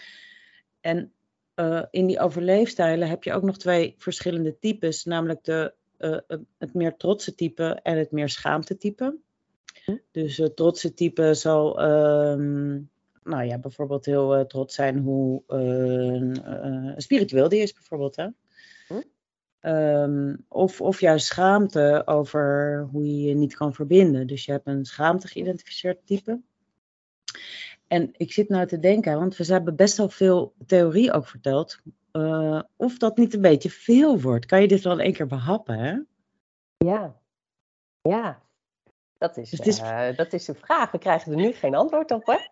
[SPEAKER 1] En uh, in die overleefstijlen heb je ook nog twee verschillende types. Namelijk de, uh, het meer trotse type en het meer schaamte type.
[SPEAKER 2] Hm?
[SPEAKER 1] Dus het trotse type zal um, nou ja, bijvoorbeeld heel uh, trots zijn hoe uh, spiritueel die is bijvoorbeeld. Hè?
[SPEAKER 2] Hm?
[SPEAKER 1] Um, of, of juist schaamte over hoe je je niet kan verbinden. Dus je hebt een schaamte geïdentificeerd type. En ik zit nou te denken, want we hebben best wel veel theorie ook verteld. Uh, of dat niet een beetje veel wordt. Kan je dit wel in één keer behappen, hè?
[SPEAKER 2] Ja, ja. Dat is,
[SPEAKER 1] dus het is...
[SPEAKER 2] Uh, dat is de vraag. We krijgen er nu geen antwoord op, hè?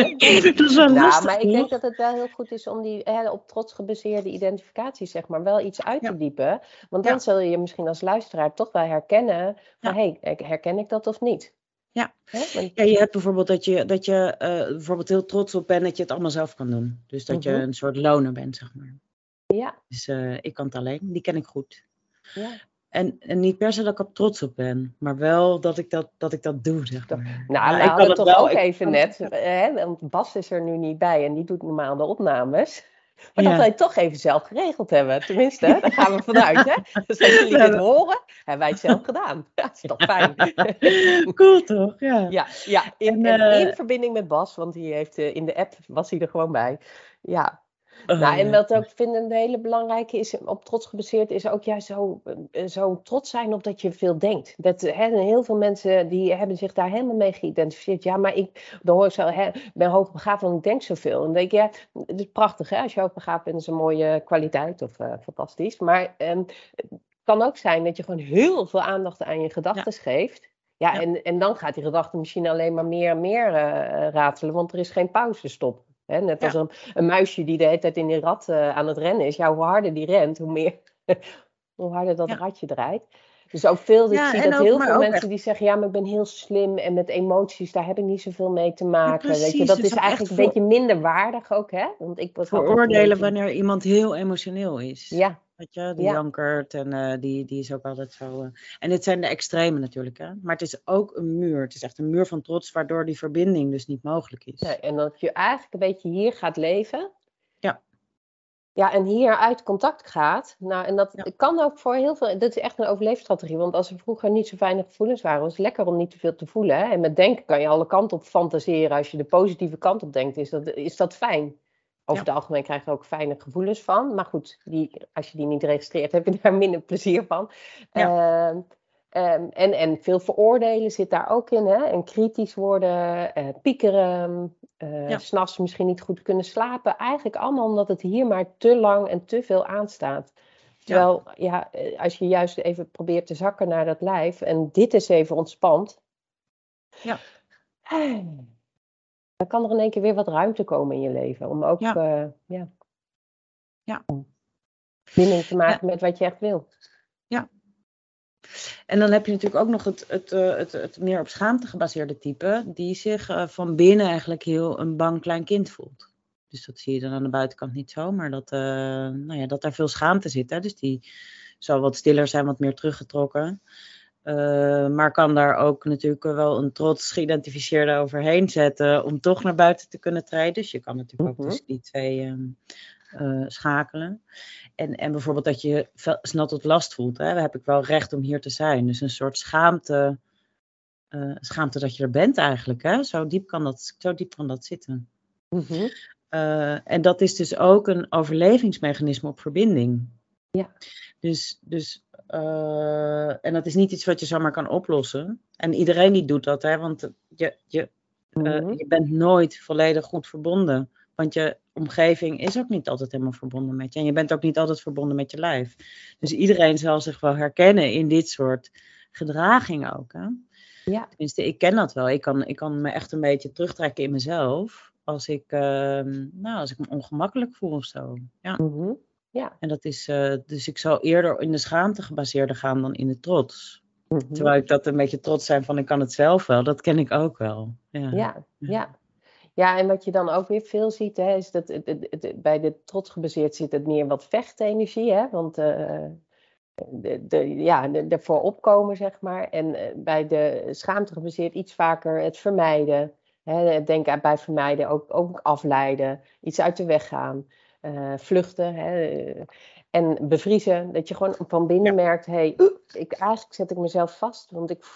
[SPEAKER 1] Dat is wel
[SPEAKER 2] nou,
[SPEAKER 1] lastig,
[SPEAKER 2] maar ik
[SPEAKER 1] toch?
[SPEAKER 2] denk dat het wel heel goed is om die hè, op trots gebaseerde identificatie, zeg maar, wel iets uit te
[SPEAKER 1] Ja.
[SPEAKER 2] diepen. Want dan
[SPEAKER 1] Ja.
[SPEAKER 2] zul je misschien als luisteraar toch wel herkennen van, hé, ja. hey, herken ik dat of niet?
[SPEAKER 1] Ja.
[SPEAKER 2] Hè? Want...
[SPEAKER 1] ja, je hebt bijvoorbeeld dat je, dat je uh, bijvoorbeeld heel trots op bent dat je het allemaal zelf kan doen. Dus dat
[SPEAKER 2] mm-hmm.
[SPEAKER 1] je een soort loner bent, zeg maar.
[SPEAKER 2] Ja.
[SPEAKER 1] Dus uh, ik kan het alleen, die ken ik goed.
[SPEAKER 2] Ja.
[SPEAKER 1] En, en niet per se dat ik er trots op ben, maar wel dat ik dat, dat, ik dat doe, zeg maar.
[SPEAKER 2] Nou,
[SPEAKER 1] ja,
[SPEAKER 2] we
[SPEAKER 1] ik
[SPEAKER 2] hadden
[SPEAKER 1] kan
[SPEAKER 2] toch
[SPEAKER 1] het wel,
[SPEAKER 2] ook
[SPEAKER 1] ik
[SPEAKER 2] even
[SPEAKER 1] kan
[SPEAKER 2] net,
[SPEAKER 1] het...
[SPEAKER 2] hè, want Bas is er nu niet bij en die doet normaal de opnames. Maar
[SPEAKER 1] ja.
[SPEAKER 2] dat wij het toch even zelf geregeld hebben. Tenminste, hè, daar gaan we vanuit. Hè? Dus als jullie dit horen, hebben wij het zelf gedaan. Ja, dat is toch fijn.
[SPEAKER 1] Cool toch? Ja,
[SPEAKER 2] ja, ja in,
[SPEAKER 1] en,
[SPEAKER 2] en
[SPEAKER 1] uh...
[SPEAKER 2] in verbinding met Bas, want die heeft, uh, in de app was hij er gewoon bij. Ja.
[SPEAKER 1] Oh,
[SPEAKER 2] nou, en
[SPEAKER 1] ja.
[SPEAKER 2] wat ook vind een hele belangrijke is, op trots gebaseerd, is ook juist zo, zo trots zijn op dat je veel denkt. Dat, hè, heel veel mensen die hebben zich daar helemaal mee geïdentificeerd. Ja, maar ik, dan hoor ik zo, hè, ik ben hoogbegaafd, want ik denk zoveel. En dan denk ik, ja, het is prachtig, hè, als je hoogbegaafd bent, is een mooie kwaliteit of uh, fantastisch. Maar um, het kan ook zijn dat je gewoon heel veel aandacht aan je gedachten ja. geeft. Ja, ja. En, en dan gaat die gedachte misschien alleen maar meer en meer uh, ratelen, want er is geen pauzestop. He, net als ja. een, een muisje die de hele tijd in die rat uh, aan het rennen is. Ja, hoe harder die rent, hoe meer, hoe harder dat ja. ratje draait. Dus ook veel, dat ja, ik zie dat ook, heel veel mensen echt... die zeggen, ja, maar ik ben heel slim en met emoties, daar heb ik niet zoveel mee te maken. Ja, precies, weet je, dat dus is eigenlijk een voor... beetje minder waardig ook, hè? Want ik was
[SPEAKER 1] veroordelen beetje... wanneer iemand heel emotioneel is.
[SPEAKER 2] Ja.
[SPEAKER 1] Weet je, die
[SPEAKER 2] ja.
[SPEAKER 1] jankert en uh, die, die is ook altijd zo. Uh... En dit zijn de extremen natuurlijk, hè? Maar het is ook een muur. Het is echt een muur van trots, waardoor die verbinding dus niet mogelijk is.
[SPEAKER 2] Ja, en dat je eigenlijk een beetje hier gaat leven.
[SPEAKER 1] Ja.
[SPEAKER 2] Ja, en hier uit contact gaat. Nou, en dat ja. kan ook voor heel veel. Dat is echt een overleefstrategie. Want als er vroeger niet zo weinig gevoelens waren, was het lekker om niet te veel te voelen. Hè? En met denken kan je alle kanten op fantaseren. Als je de positieve kant op denkt, is dat, is dat fijn. Over ja. het algemeen krijg je er ook fijne gevoelens van. Maar goed, die, als je die niet registreert, heb je daar minder plezier van. Ja. Uh, um, en, en veel veroordelen zit daar ook in. Hè? En kritisch worden, uh, piekeren. Uh, ja. 's Nachts misschien niet goed kunnen slapen. Eigenlijk allemaal omdat het hier maar te lang en te veel aanstaat. Terwijl, ja. ja, als je juist even probeert te zakken naar dat lijf. En dit is even ontspant.
[SPEAKER 1] Ja.
[SPEAKER 2] Dan kan er in één keer weer wat ruimte komen in je leven. Om ook ja. Uh, ja.
[SPEAKER 1] Ja.
[SPEAKER 2] binding te maken ja. met wat je echt wil.
[SPEAKER 1] Ja. En dan heb je natuurlijk ook nog het, het, het, het, het meer op schaamte gebaseerde type. Die zich uh, van binnen eigenlijk heel een bang klein kind voelt. Dus dat zie je dan aan de buitenkant niet zo. Maar dat, uh, nou ja, dat daar veel schaamte zit. Hè? Dus die zal wat stiller zijn, wat meer teruggetrokken. Uh, maar kan daar ook natuurlijk wel een trots geïdentificeerde overheen zetten om toch naar buiten te kunnen treden. Dus je kan natuurlijk
[SPEAKER 2] Mhm.
[SPEAKER 1] ook tussen die twee um, uh, schakelen. En, en bijvoorbeeld dat je je snel tot last voelt. Hè? Dan heb ik wel recht om hier te zijn. Dus een soort schaamte, uh, schaamte dat je er bent eigenlijk. Hè? Zo, diep kan dat, zo diep kan dat zitten.
[SPEAKER 2] Mhm.
[SPEAKER 1] Uh, en dat is dus ook een overlevingsmechanisme op verbinding.
[SPEAKER 2] Ja.
[SPEAKER 1] Dus, dus uh, en dat is niet iets wat je zomaar kan oplossen. En iedereen die doet dat, hè, want je, je, uh,
[SPEAKER 2] Mhm.
[SPEAKER 1] je bent nooit volledig goed verbonden. Want je omgeving is ook niet altijd helemaal verbonden met je. En je bent ook niet altijd verbonden met je lijf. Dus iedereen zal zich wel herkennen in dit soort gedragingen ook. Hè?
[SPEAKER 2] Ja.
[SPEAKER 1] Tenminste, ik ken dat wel. Ik kan, ik kan me echt een beetje terugtrekken in mezelf. Als ik, uh, nou, als ik me ongemakkelijk voel of zo. Ja.
[SPEAKER 2] Mhm. Ja.
[SPEAKER 1] En dat is, uh, dus ik zal eerder in de schaamte gebaseerde gaan dan in de trots.
[SPEAKER 2] Mhm.
[SPEAKER 1] Terwijl ik dat een beetje trots zijn van ik kan het zelf wel, dat ken ik ook wel. Ja,
[SPEAKER 2] ja. ja. Ja, en wat je dan ook weer veel ziet, hè, is dat het, het, het, bij de trots gebaseerd zit het meer wat vechtenergie, hè, want uh, de, de, ja, de, ervoor opkomen, zeg maar. En uh, bij de schaamte gebaseerd iets vaker het vermijden. Hè, denk aan bij vermijden ook, ook afleiden, iets uit de weg gaan, uh, vluchten. Hè, en bevriezen, dat je gewoon van binnen ja. merkt, hey, uh, ik, eigenlijk zet ik mezelf vast, want ik...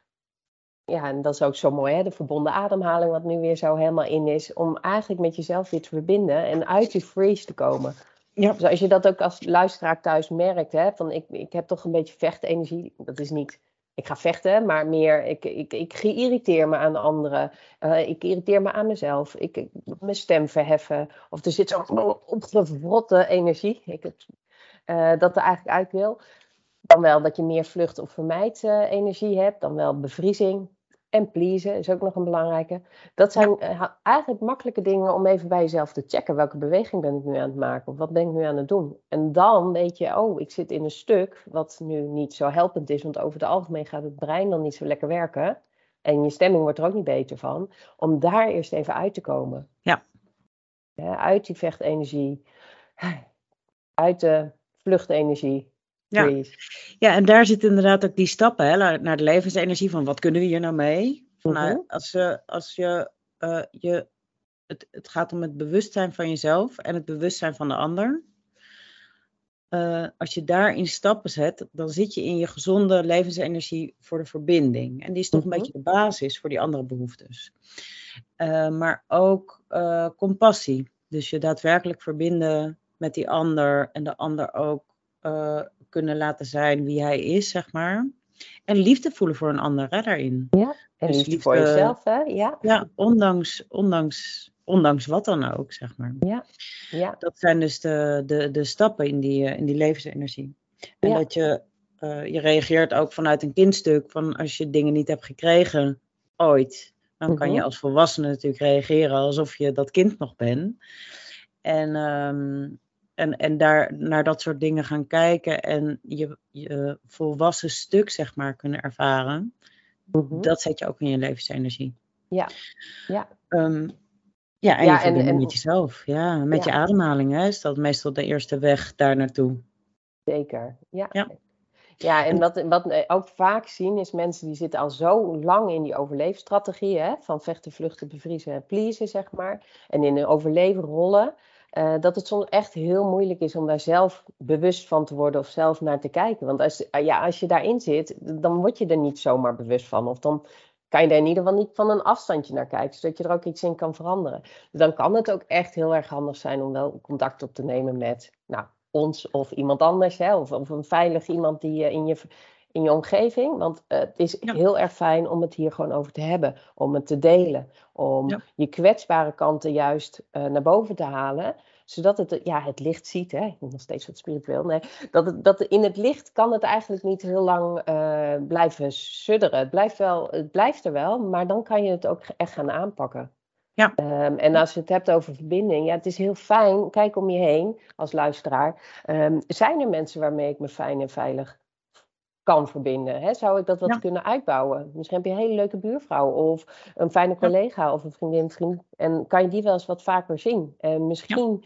[SPEAKER 2] Ja, en dat is ook zo mooi, hè? De verbonden ademhaling, wat nu weer zo helemaal in is, om eigenlijk met jezelf weer te verbinden en uit die freeze te komen. Ja. Dus als je dat ook als luisteraar thuis merkt, hè, van ik, ik heb toch een beetje vechtenergie, dat is niet, ik ga vechten, maar meer, ik, ik, ik irriteer me aan anderen, uh, ik irriteer me aan mezelf, ik, ik mijn stem verheffen, of er zit zo'n opgevrotte energie, ik het, uh, dat er eigenlijk uit wil. Dan wel dat je meer vlucht of vermijd uh, energie hebt, dan wel bevriezing. En pleasen is ook nog een belangrijke. Dat zijn ja. uh, eigenlijk makkelijke dingen om even bij jezelf te checken. Welke beweging ben ik nu aan het maken? Of wat ben ik nu aan het doen? En dan weet je, oh, ik zit in een stuk wat nu niet zo helpend is. Want over het algemeen gaat het brein dan niet zo lekker werken. En je stemming wordt er ook niet beter van. Om daar eerst even uit te komen.
[SPEAKER 1] Ja.
[SPEAKER 2] Ja, uit die vechtenergie. Uit de vluchtenergie.
[SPEAKER 1] Ja. ja, en daar zitten inderdaad ook die stappen hè, naar de levensenergie van wat kunnen we hier nou mee? Van, uh, als, uh, als je, uh, je het, het gaat om het bewustzijn van jezelf en het bewustzijn van de ander. Uh, als je daarin stappen zet, dan zit je in je gezonde levensenergie voor de verbinding. En die is toch mm-hmm. een beetje de basis voor die andere behoeftes. Uh, maar ook uh, compassie. Dus je daadwerkelijk verbinden met die ander en de ander ook uh, kunnen laten zijn wie hij is, zeg maar. En liefde voelen voor een ander, hè, daarin.
[SPEAKER 2] Ja, en dus liefde, liefde voor jezelf, hè? Ja,
[SPEAKER 1] ja ondanks, ondanks, ondanks wat dan ook, zeg maar.
[SPEAKER 2] Ja, ja.
[SPEAKER 1] Dat zijn dus de, de, de stappen in die, in die levensenergie. En ja. dat je, uh, je reageert ook vanuit een kindstuk, van als je dingen niet hebt gekregen, ooit, dan kan je als volwassene natuurlijk reageren alsof je dat kind nog bent. En, um, en, en daar naar dat soort dingen gaan kijken en je, je volwassen stuk, zeg maar, kunnen ervaren. Mm-hmm. Dat zet je ook in je levensenergie.
[SPEAKER 2] Ja, ja.
[SPEAKER 1] Um, ja, en
[SPEAKER 2] ja,
[SPEAKER 1] je verbinding
[SPEAKER 2] en, en,
[SPEAKER 1] met jezelf. Ja, met
[SPEAKER 2] ja.
[SPEAKER 1] je ademhaling hè, is dat meestal de eerste weg daar naartoe.
[SPEAKER 2] Zeker, ja.
[SPEAKER 1] Ja.
[SPEAKER 2] Ja, en wat, wat we ook vaak zien is mensen die zitten al zo lang in die overleefstrategie, hè, van vechten, vluchten, bevriezen en pleasen, zeg maar. En in een overleven rollen, uh, dat het soms echt heel moeilijk is om daar zelf bewust van te worden of zelf naar te kijken. Want als, uh, ja, als je daarin zit, dan word je er niet zomaar bewust van. Of dan kan je er in ieder geval niet van een afstandje naar kijken, zodat je er ook iets in kan veranderen. Dus dan kan het ook echt heel erg handig zijn om wel contact op te nemen met, nou, ons of iemand anders, hè, of, of een veilig iemand die uh, in, je, in je omgeving. Want uh, het is ja. heel erg fijn om het hier gewoon over te hebben, om het te delen, om ja. je kwetsbare kanten juist uh, naar boven te halen, zodat het ja, het licht ziet. Hè? Ik ben nog steeds wat spiritueel. Nee, dat het, dat in het licht kan het eigenlijk niet heel lang uh, blijven sudderen. Het blijft, wel, het blijft er wel, maar dan kan je het ook echt gaan aanpakken.
[SPEAKER 1] Ja.
[SPEAKER 2] Um, en als je het hebt over verbinding, ja, het is heel fijn, kijk om je heen als luisteraar. Um, zijn er mensen waarmee ik me fijn en veilig kan verbinden? Hè? Zou ik dat wat ja. kunnen uitbouwen? Misschien heb je een hele leuke buurvrouw of een fijne collega ja. of een vriendin, vriend. En kan je die wel eens wat vaker zien? En misschien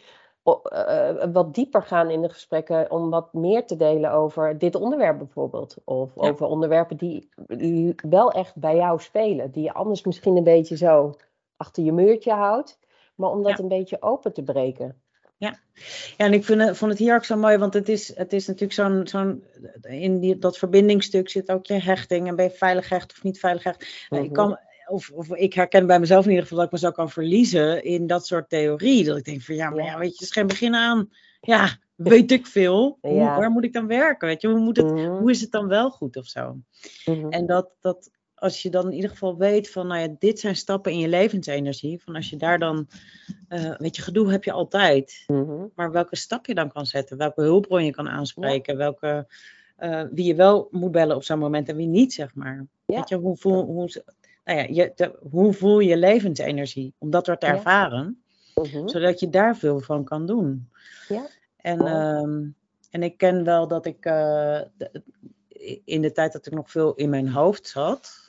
[SPEAKER 2] o- uh, wat dieper gaan in de gesprekken om wat meer te delen over dit onderwerp bijvoorbeeld. Of
[SPEAKER 1] Ja.
[SPEAKER 2] over onderwerpen die wel echt bij jou spelen. Die je anders misschien een beetje zo achter je muurtje houdt. Maar om dat
[SPEAKER 1] Ja.
[SPEAKER 2] een beetje open te breken.
[SPEAKER 1] Ja, ja en ik vind, het- vond het hier ook zo mooi, want het is, het is natuurlijk zo'n, zo'n in die, dat verbindingsstuk zit ook je hechting. En ben je veilig hecht of niet veilig hecht? Nou, ik
[SPEAKER 2] Mhm.
[SPEAKER 1] kan, of, of ik herken bij mezelf in ieder geval dat ik me zo kan verliezen in dat soort theorie. Dat ik denk van ja, maar
[SPEAKER 2] Ja.
[SPEAKER 1] ja, weet je, het is geen begin aan. Ja, weet ik veel. Hoe,
[SPEAKER 2] Ja.
[SPEAKER 1] waar moet ik dan werken? Weet je, hoe, moet het,
[SPEAKER 2] Mhm.
[SPEAKER 1] hoe is het dan wel goed of zo?
[SPEAKER 2] Mhm.
[SPEAKER 1] En dat, dat als je dan in ieder geval weet van, nou ja, dit zijn stappen in je levensenergie. Van als je daar dan, uh, weet je, gedoe heb je altijd.
[SPEAKER 2] Mhm.
[SPEAKER 1] Maar welke stap je dan kan zetten, welke hulpbron je kan aanspreken, ja. welke, uh, wie je wel moet bellen op zo'n moment en wie niet, zeg maar.
[SPEAKER 2] Ja.
[SPEAKER 1] Weet je, hoe voel, hoe, nou ja, je, de, hoe voel je levensenergie? Om dat weer te ervaren,
[SPEAKER 2] ja. Mhm.
[SPEAKER 1] zodat je daar veel van kan doen.
[SPEAKER 2] Ja.
[SPEAKER 1] En, um, en ik ken wel dat ik uh, de, in de tijd dat ik nog veel in mijn hoofd zat,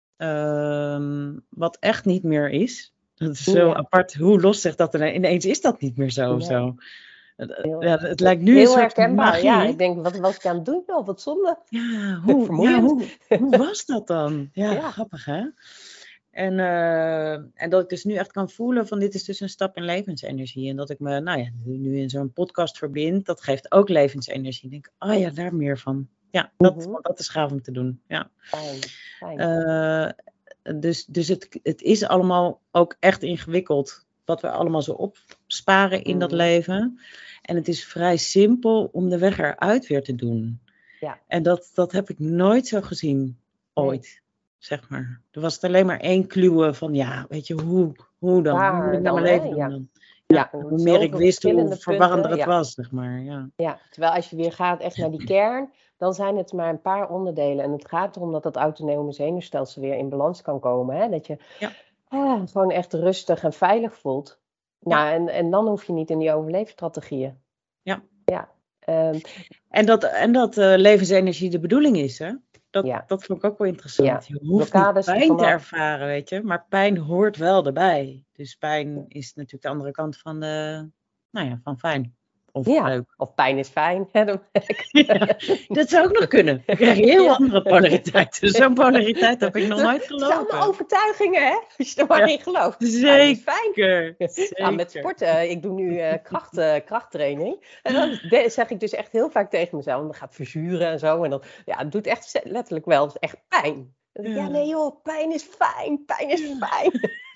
[SPEAKER 1] um, wat echt niet meer is. Dat is zo
[SPEAKER 2] ja.
[SPEAKER 1] apart, hoe lost zich dat er ineens is dat niet meer zo.
[SPEAKER 2] Nee.
[SPEAKER 1] zo.
[SPEAKER 2] Heel,
[SPEAKER 1] ja, het lijkt nu
[SPEAKER 2] heel
[SPEAKER 1] een soort
[SPEAKER 2] herkenbaar,
[SPEAKER 1] magie.
[SPEAKER 2] Ja, ik denk, wat was ik aan het doen? Oh, wat zonde.
[SPEAKER 1] Ja, hoe, ja, hoe, hoe was dat dan? Ja, ja. grappig hè? En, uh, en dat ik dus nu echt kan voelen van dit is dus een stap in levensenergie. En dat ik me nou ja, nu, nu in zo'n podcast verbind, dat geeft ook levensenergie. Ik denk, oh ja, daar meer van. Ja, dat, mm-hmm. dat is gaaf om te doen. Ja.
[SPEAKER 2] Fijn, fijn.
[SPEAKER 1] Uh, dus dus het, het is allemaal ook echt ingewikkeld. Wat we allemaal zo opsparen in mm. dat leven. En het is vrij simpel om de weg eruit weer te doen.
[SPEAKER 2] Ja.
[SPEAKER 1] En dat, dat heb ik nooit zo gezien. Ooit. Nee. Zeg maar. Er was het alleen maar één kluwe van ja, weet je, hoe, hoe dan?
[SPEAKER 2] Waar
[SPEAKER 1] hoe moet ik
[SPEAKER 2] dan,
[SPEAKER 1] naar mijn leven
[SPEAKER 2] hè?
[SPEAKER 1] doen
[SPEAKER 2] Ja.
[SPEAKER 1] dan? Ja, ja, hoe meer ik wist, hoe verwarrender het
[SPEAKER 2] ja.
[SPEAKER 1] was, zeg maar. Ja.
[SPEAKER 2] ja, terwijl als je weer gaat echt naar die kern, dan zijn het maar een paar onderdelen. En het gaat erom dat dat autonome zenuwstelsel weer in balans kan komen. Hè? Dat je
[SPEAKER 1] ja.
[SPEAKER 2] ah, gewoon echt rustig en veilig voelt.
[SPEAKER 1] Ja.
[SPEAKER 2] Nou, en, en dan hoef je niet in die overleefstrategieën.
[SPEAKER 1] Ja.
[SPEAKER 2] Ja. Um,
[SPEAKER 1] en dat, en dat uh, levensenergie de bedoeling is, hè? Dat,
[SPEAKER 2] ja.
[SPEAKER 1] dat vond ik ook wel interessant.
[SPEAKER 2] Ja.
[SPEAKER 1] Je hoeft
[SPEAKER 2] Blokkades
[SPEAKER 1] niet pijn
[SPEAKER 2] vanaf...
[SPEAKER 1] te ervaren, weet je. Maar pijn hoort wel erbij. Dus pijn is natuurlijk de andere kant van de... Nou ja, van fijn. Of
[SPEAKER 2] ja.
[SPEAKER 1] leuk.
[SPEAKER 2] Of pijn is fijn. Hè?
[SPEAKER 1] ja, dat zou ook nog kunnen. Dan krijg je heel ja. andere polariteit. Dus zo'n polariteit heb ik nog nooit gelopen.
[SPEAKER 2] Het zijn allemaal overtuigingen, hè? Als je er maar ja. in gelooft.
[SPEAKER 1] Zeker.
[SPEAKER 2] Fijn.
[SPEAKER 1] Zeker.
[SPEAKER 2] Nou, met sporten, ik doe nu uh, kracht, uh, krachttraining. En dan de, zeg ik dus echt heel vaak tegen mezelf. Dan gaat verzuren en zo. En dan, ja, het doet echt letterlijk wel echt pijn. Dan denk ik, ja, nee joh, pijn is fijn. Pijn is fijn.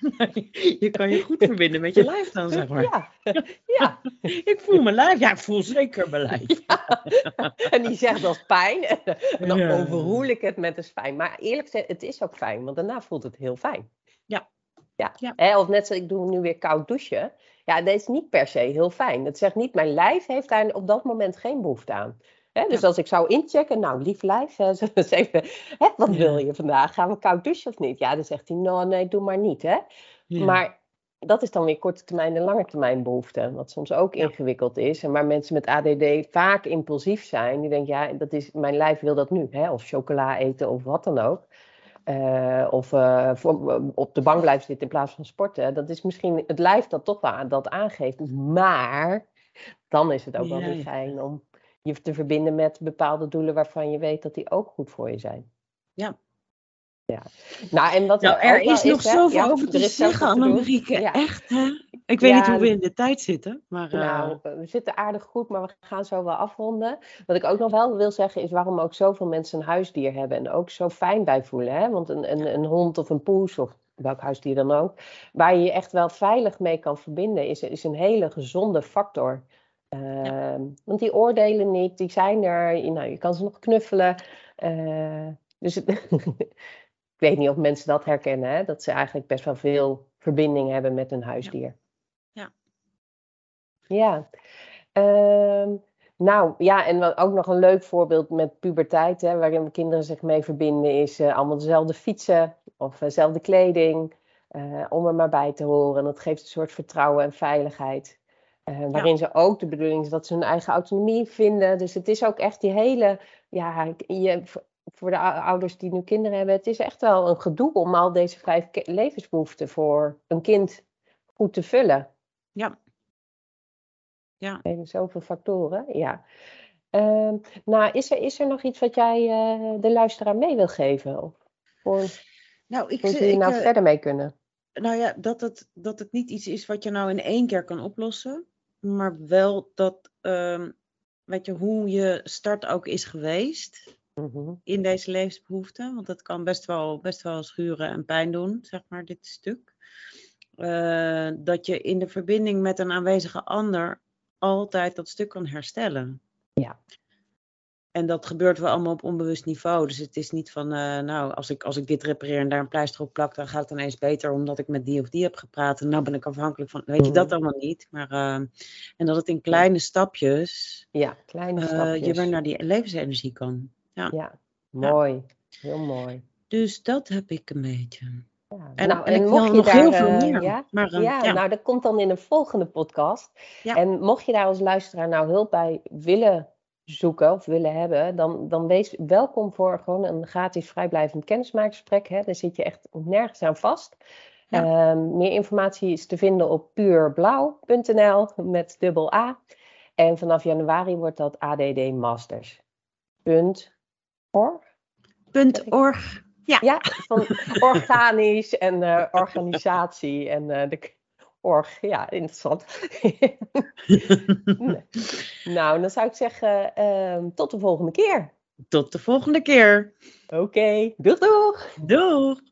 [SPEAKER 1] Je kan je goed verbinden met je lijf dan, zeg maar.
[SPEAKER 2] Ja, ja.
[SPEAKER 1] Ik voel mijn lijf. Ja, ik voel zeker mijn lijf.
[SPEAKER 2] Ja. En die zegt dat is pijn. En dan ja. overroel ik het met is fijn. Maar eerlijk gezegd, het is ook fijn. Want daarna voelt het heel fijn.
[SPEAKER 1] Ja.
[SPEAKER 2] Ja.
[SPEAKER 1] ja.
[SPEAKER 2] Hè, of net zoals ik doe nu weer koud douchen. Ja, dat is niet per se heel fijn. Dat zegt niet, mijn lijf heeft daar op dat moment geen behoefte aan. Hè, dus ja. als ik zou inchecken, nou lief lijf, hè, even, hè, wat ja. wil je vandaag? Gaan we koud douchen of niet? Ja, dan zegt hij, nou nee, doe maar niet. Hè? Ja. Maar dat is dan weer korte termijn en lange termijn behoefte. Wat soms ook ja. ingewikkeld is. En waar mensen met A D D vaak impulsief zijn. Die denken, ja, dat is, mijn lijf wil dat nu. Hè? Of chocola eten of wat dan ook. Uh, of uh, voor, op de bank blijven zitten in plaats van sporten. Dat is misschien het lijf dat toch wel dat aangeeft. Maar dan is het ook ja, wel weer ja. fijn om je te verbinden met bepaalde doelen waarvan je weet dat die ook goed voor je zijn.
[SPEAKER 1] Ja.
[SPEAKER 2] Ja. Nou, en wat
[SPEAKER 1] nou, er, er is nog
[SPEAKER 2] is,
[SPEAKER 1] zoveel
[SPEAKER 2] ja,
[SPEAKER 1] over te zeggen, Annemarieke.
[SPEAKER 2] Ja.
[SPEAKER 1] Echt, hè? Ik weet ja, niet hoe we in de tijd zitten. Maar,
[SPEAKER 2] nou, uh... we zitten aardig goed, maar we gaan zo wel afronden. Wat ik ook nog wel wil zeggen, is waarom ook zoveel mensen een huisdier hebben. En ook zo fijn bij voelen. Hè? Want een, een, een hond of een poes, of welk huisdier dan ook, waar je je echt wel veilig mee kan verbinden, is, is een hele gezonde factor. Uh, ja. Want die oordelen niet, die zijn er. Nou, je kan ze nog knuffelen. Uh, dus ik weet niet of mensen dat herkennen, hè? Dat ze eigenlijk best wel veel verbinding hebben met een huisdier.
[SPEAKER 1] Ja.
[SPEAKER 2] Ja. Ja. Uh, nou, ja, en ook nog een leuk voorbeeld met puberteit, hè, waarin kinderen zich mee verbinden, is uh, allemaal dezelfde fietsen of dezelfde uh, kleding, uh, om er maar bij te horen. Dat geeft een soort vertrouwen en veiligheid. Uh, waarin ja. ze ook de bedoeling is dat ze hun eigen autonomie vinden. Dus het is ook echt die hele, ja, je, voor de ouders die nu kinderen hebben, het is echt wel een gedoe om al deze vijf levensbehoeften voor een kind goed te vullen.
[SPEAKER 1] Ja. Ja.
[SPEAKER 2] Er zijn zoveel factoren, ja. Uh, nou, is er, is er nog iets wat jij uh, de luisteraar mee wil geven? Of voor,
[SPEAKER 1] nou, ik,
[SPEAKER 2] hoe ze hier
[SPEAKER 1] ik,
[SPEAKER 2] nou
[SPEAKER 1] uh,
[SPEAKER 2] verder mee kunnen?
[SPEAKER 1] Nou ja, dat het, dat het niet iets is wat je nou in één keer kan oplossen. Maar wel dat, um, weet je, hoe je start ook is geweest
[SPEAKER 2] Mm-hmm.
[SPEAKER 1] in deze levensbehoeften. Want dat kan best wel, best wel schuren en pijn doen, zeg maar, dit stuk. Uh, dat je in de verbinding met een aanwezige ander altijd dat stuk kan herstellen.
[SPEAKER 2] Ja.
[SPEAKER 1] En dat gebeurt wel allemaal op onbewust niveau. Dus het is niet van, uh, nou, als ik, als ik dit repareer en daar een pleister op plak, dan gaat het ineens beter omdat ik met die of die heb gepraat. En nou ben ik afhankelijk van, weet je,
[SPEAKER 2] Mm-hmm.
[SPEAKER 1] dat allemaal niet. Maar, uh, en dat het in kleine stapjes,
[SPEAKER 2] ja, kleine
[SPEAKER 1] uh,
[SPEAKER 2] stapjes.
[SPEAKER 1] je weer naar die levensenergie kan. Ja,
[SPEAKER 2] ja mooi. Ja. Heel mooi.
[SPEAKER 1] Dus dat heb ik een beetje.
[SPEAKER 2] Ja,
[SPEAKER 1] En,
[SPEAKER 2] nou,
[SPEAKER 1] en,
[SPEAKER 2] en
[SPEAKER 1] ik
[SPEAKER 2] mocht
[SPEAKER 1] wil
[SPEAKER 2] je
[SPEAKER 1] nog
[SPEAKER 2] daar,
[SPEAKER 1] heel veel
[SPEAKER 2] uh,
[SPEAKER 1] meer.
[SPEAKER 2] Ja,
[SPEAKER 1] maar, uh,
[SPEAKER 2] ja,
[SPEAKER 1] ja,
[SPEAKER 2] nou dat komt dan in een volgende podcast.
[SPEAKER 1] Ja.
[SPEAKER 2] En mocht je daar als luisteraar nou hulp bij willen zoeken of willen hebben, dan, dan wees welkom voor gewoon een gratis vrijblijvend kennismakingsgesprek. Hè. Daar zit je echt nergens aan vast. Ja. Uh, meer informatie is te vinden op puurblauw punt n l met dubbel A. En vanaf januari wordt dat A D D Masters. Punt org?
[SPEAKER 1] Punt org. Ja.
[SPEAKER 2] ja, van organisch en uh, organisatie en uh, de org. Ja, interessant. Nou, dan zou ik zeggen, uh, tot de volgende keer.
[SPEAKER 1] Tot de volgende keer.
[SPEAKER 2] Oké, okay. Doeg doeg!
[SPEAKER 1] Doeg!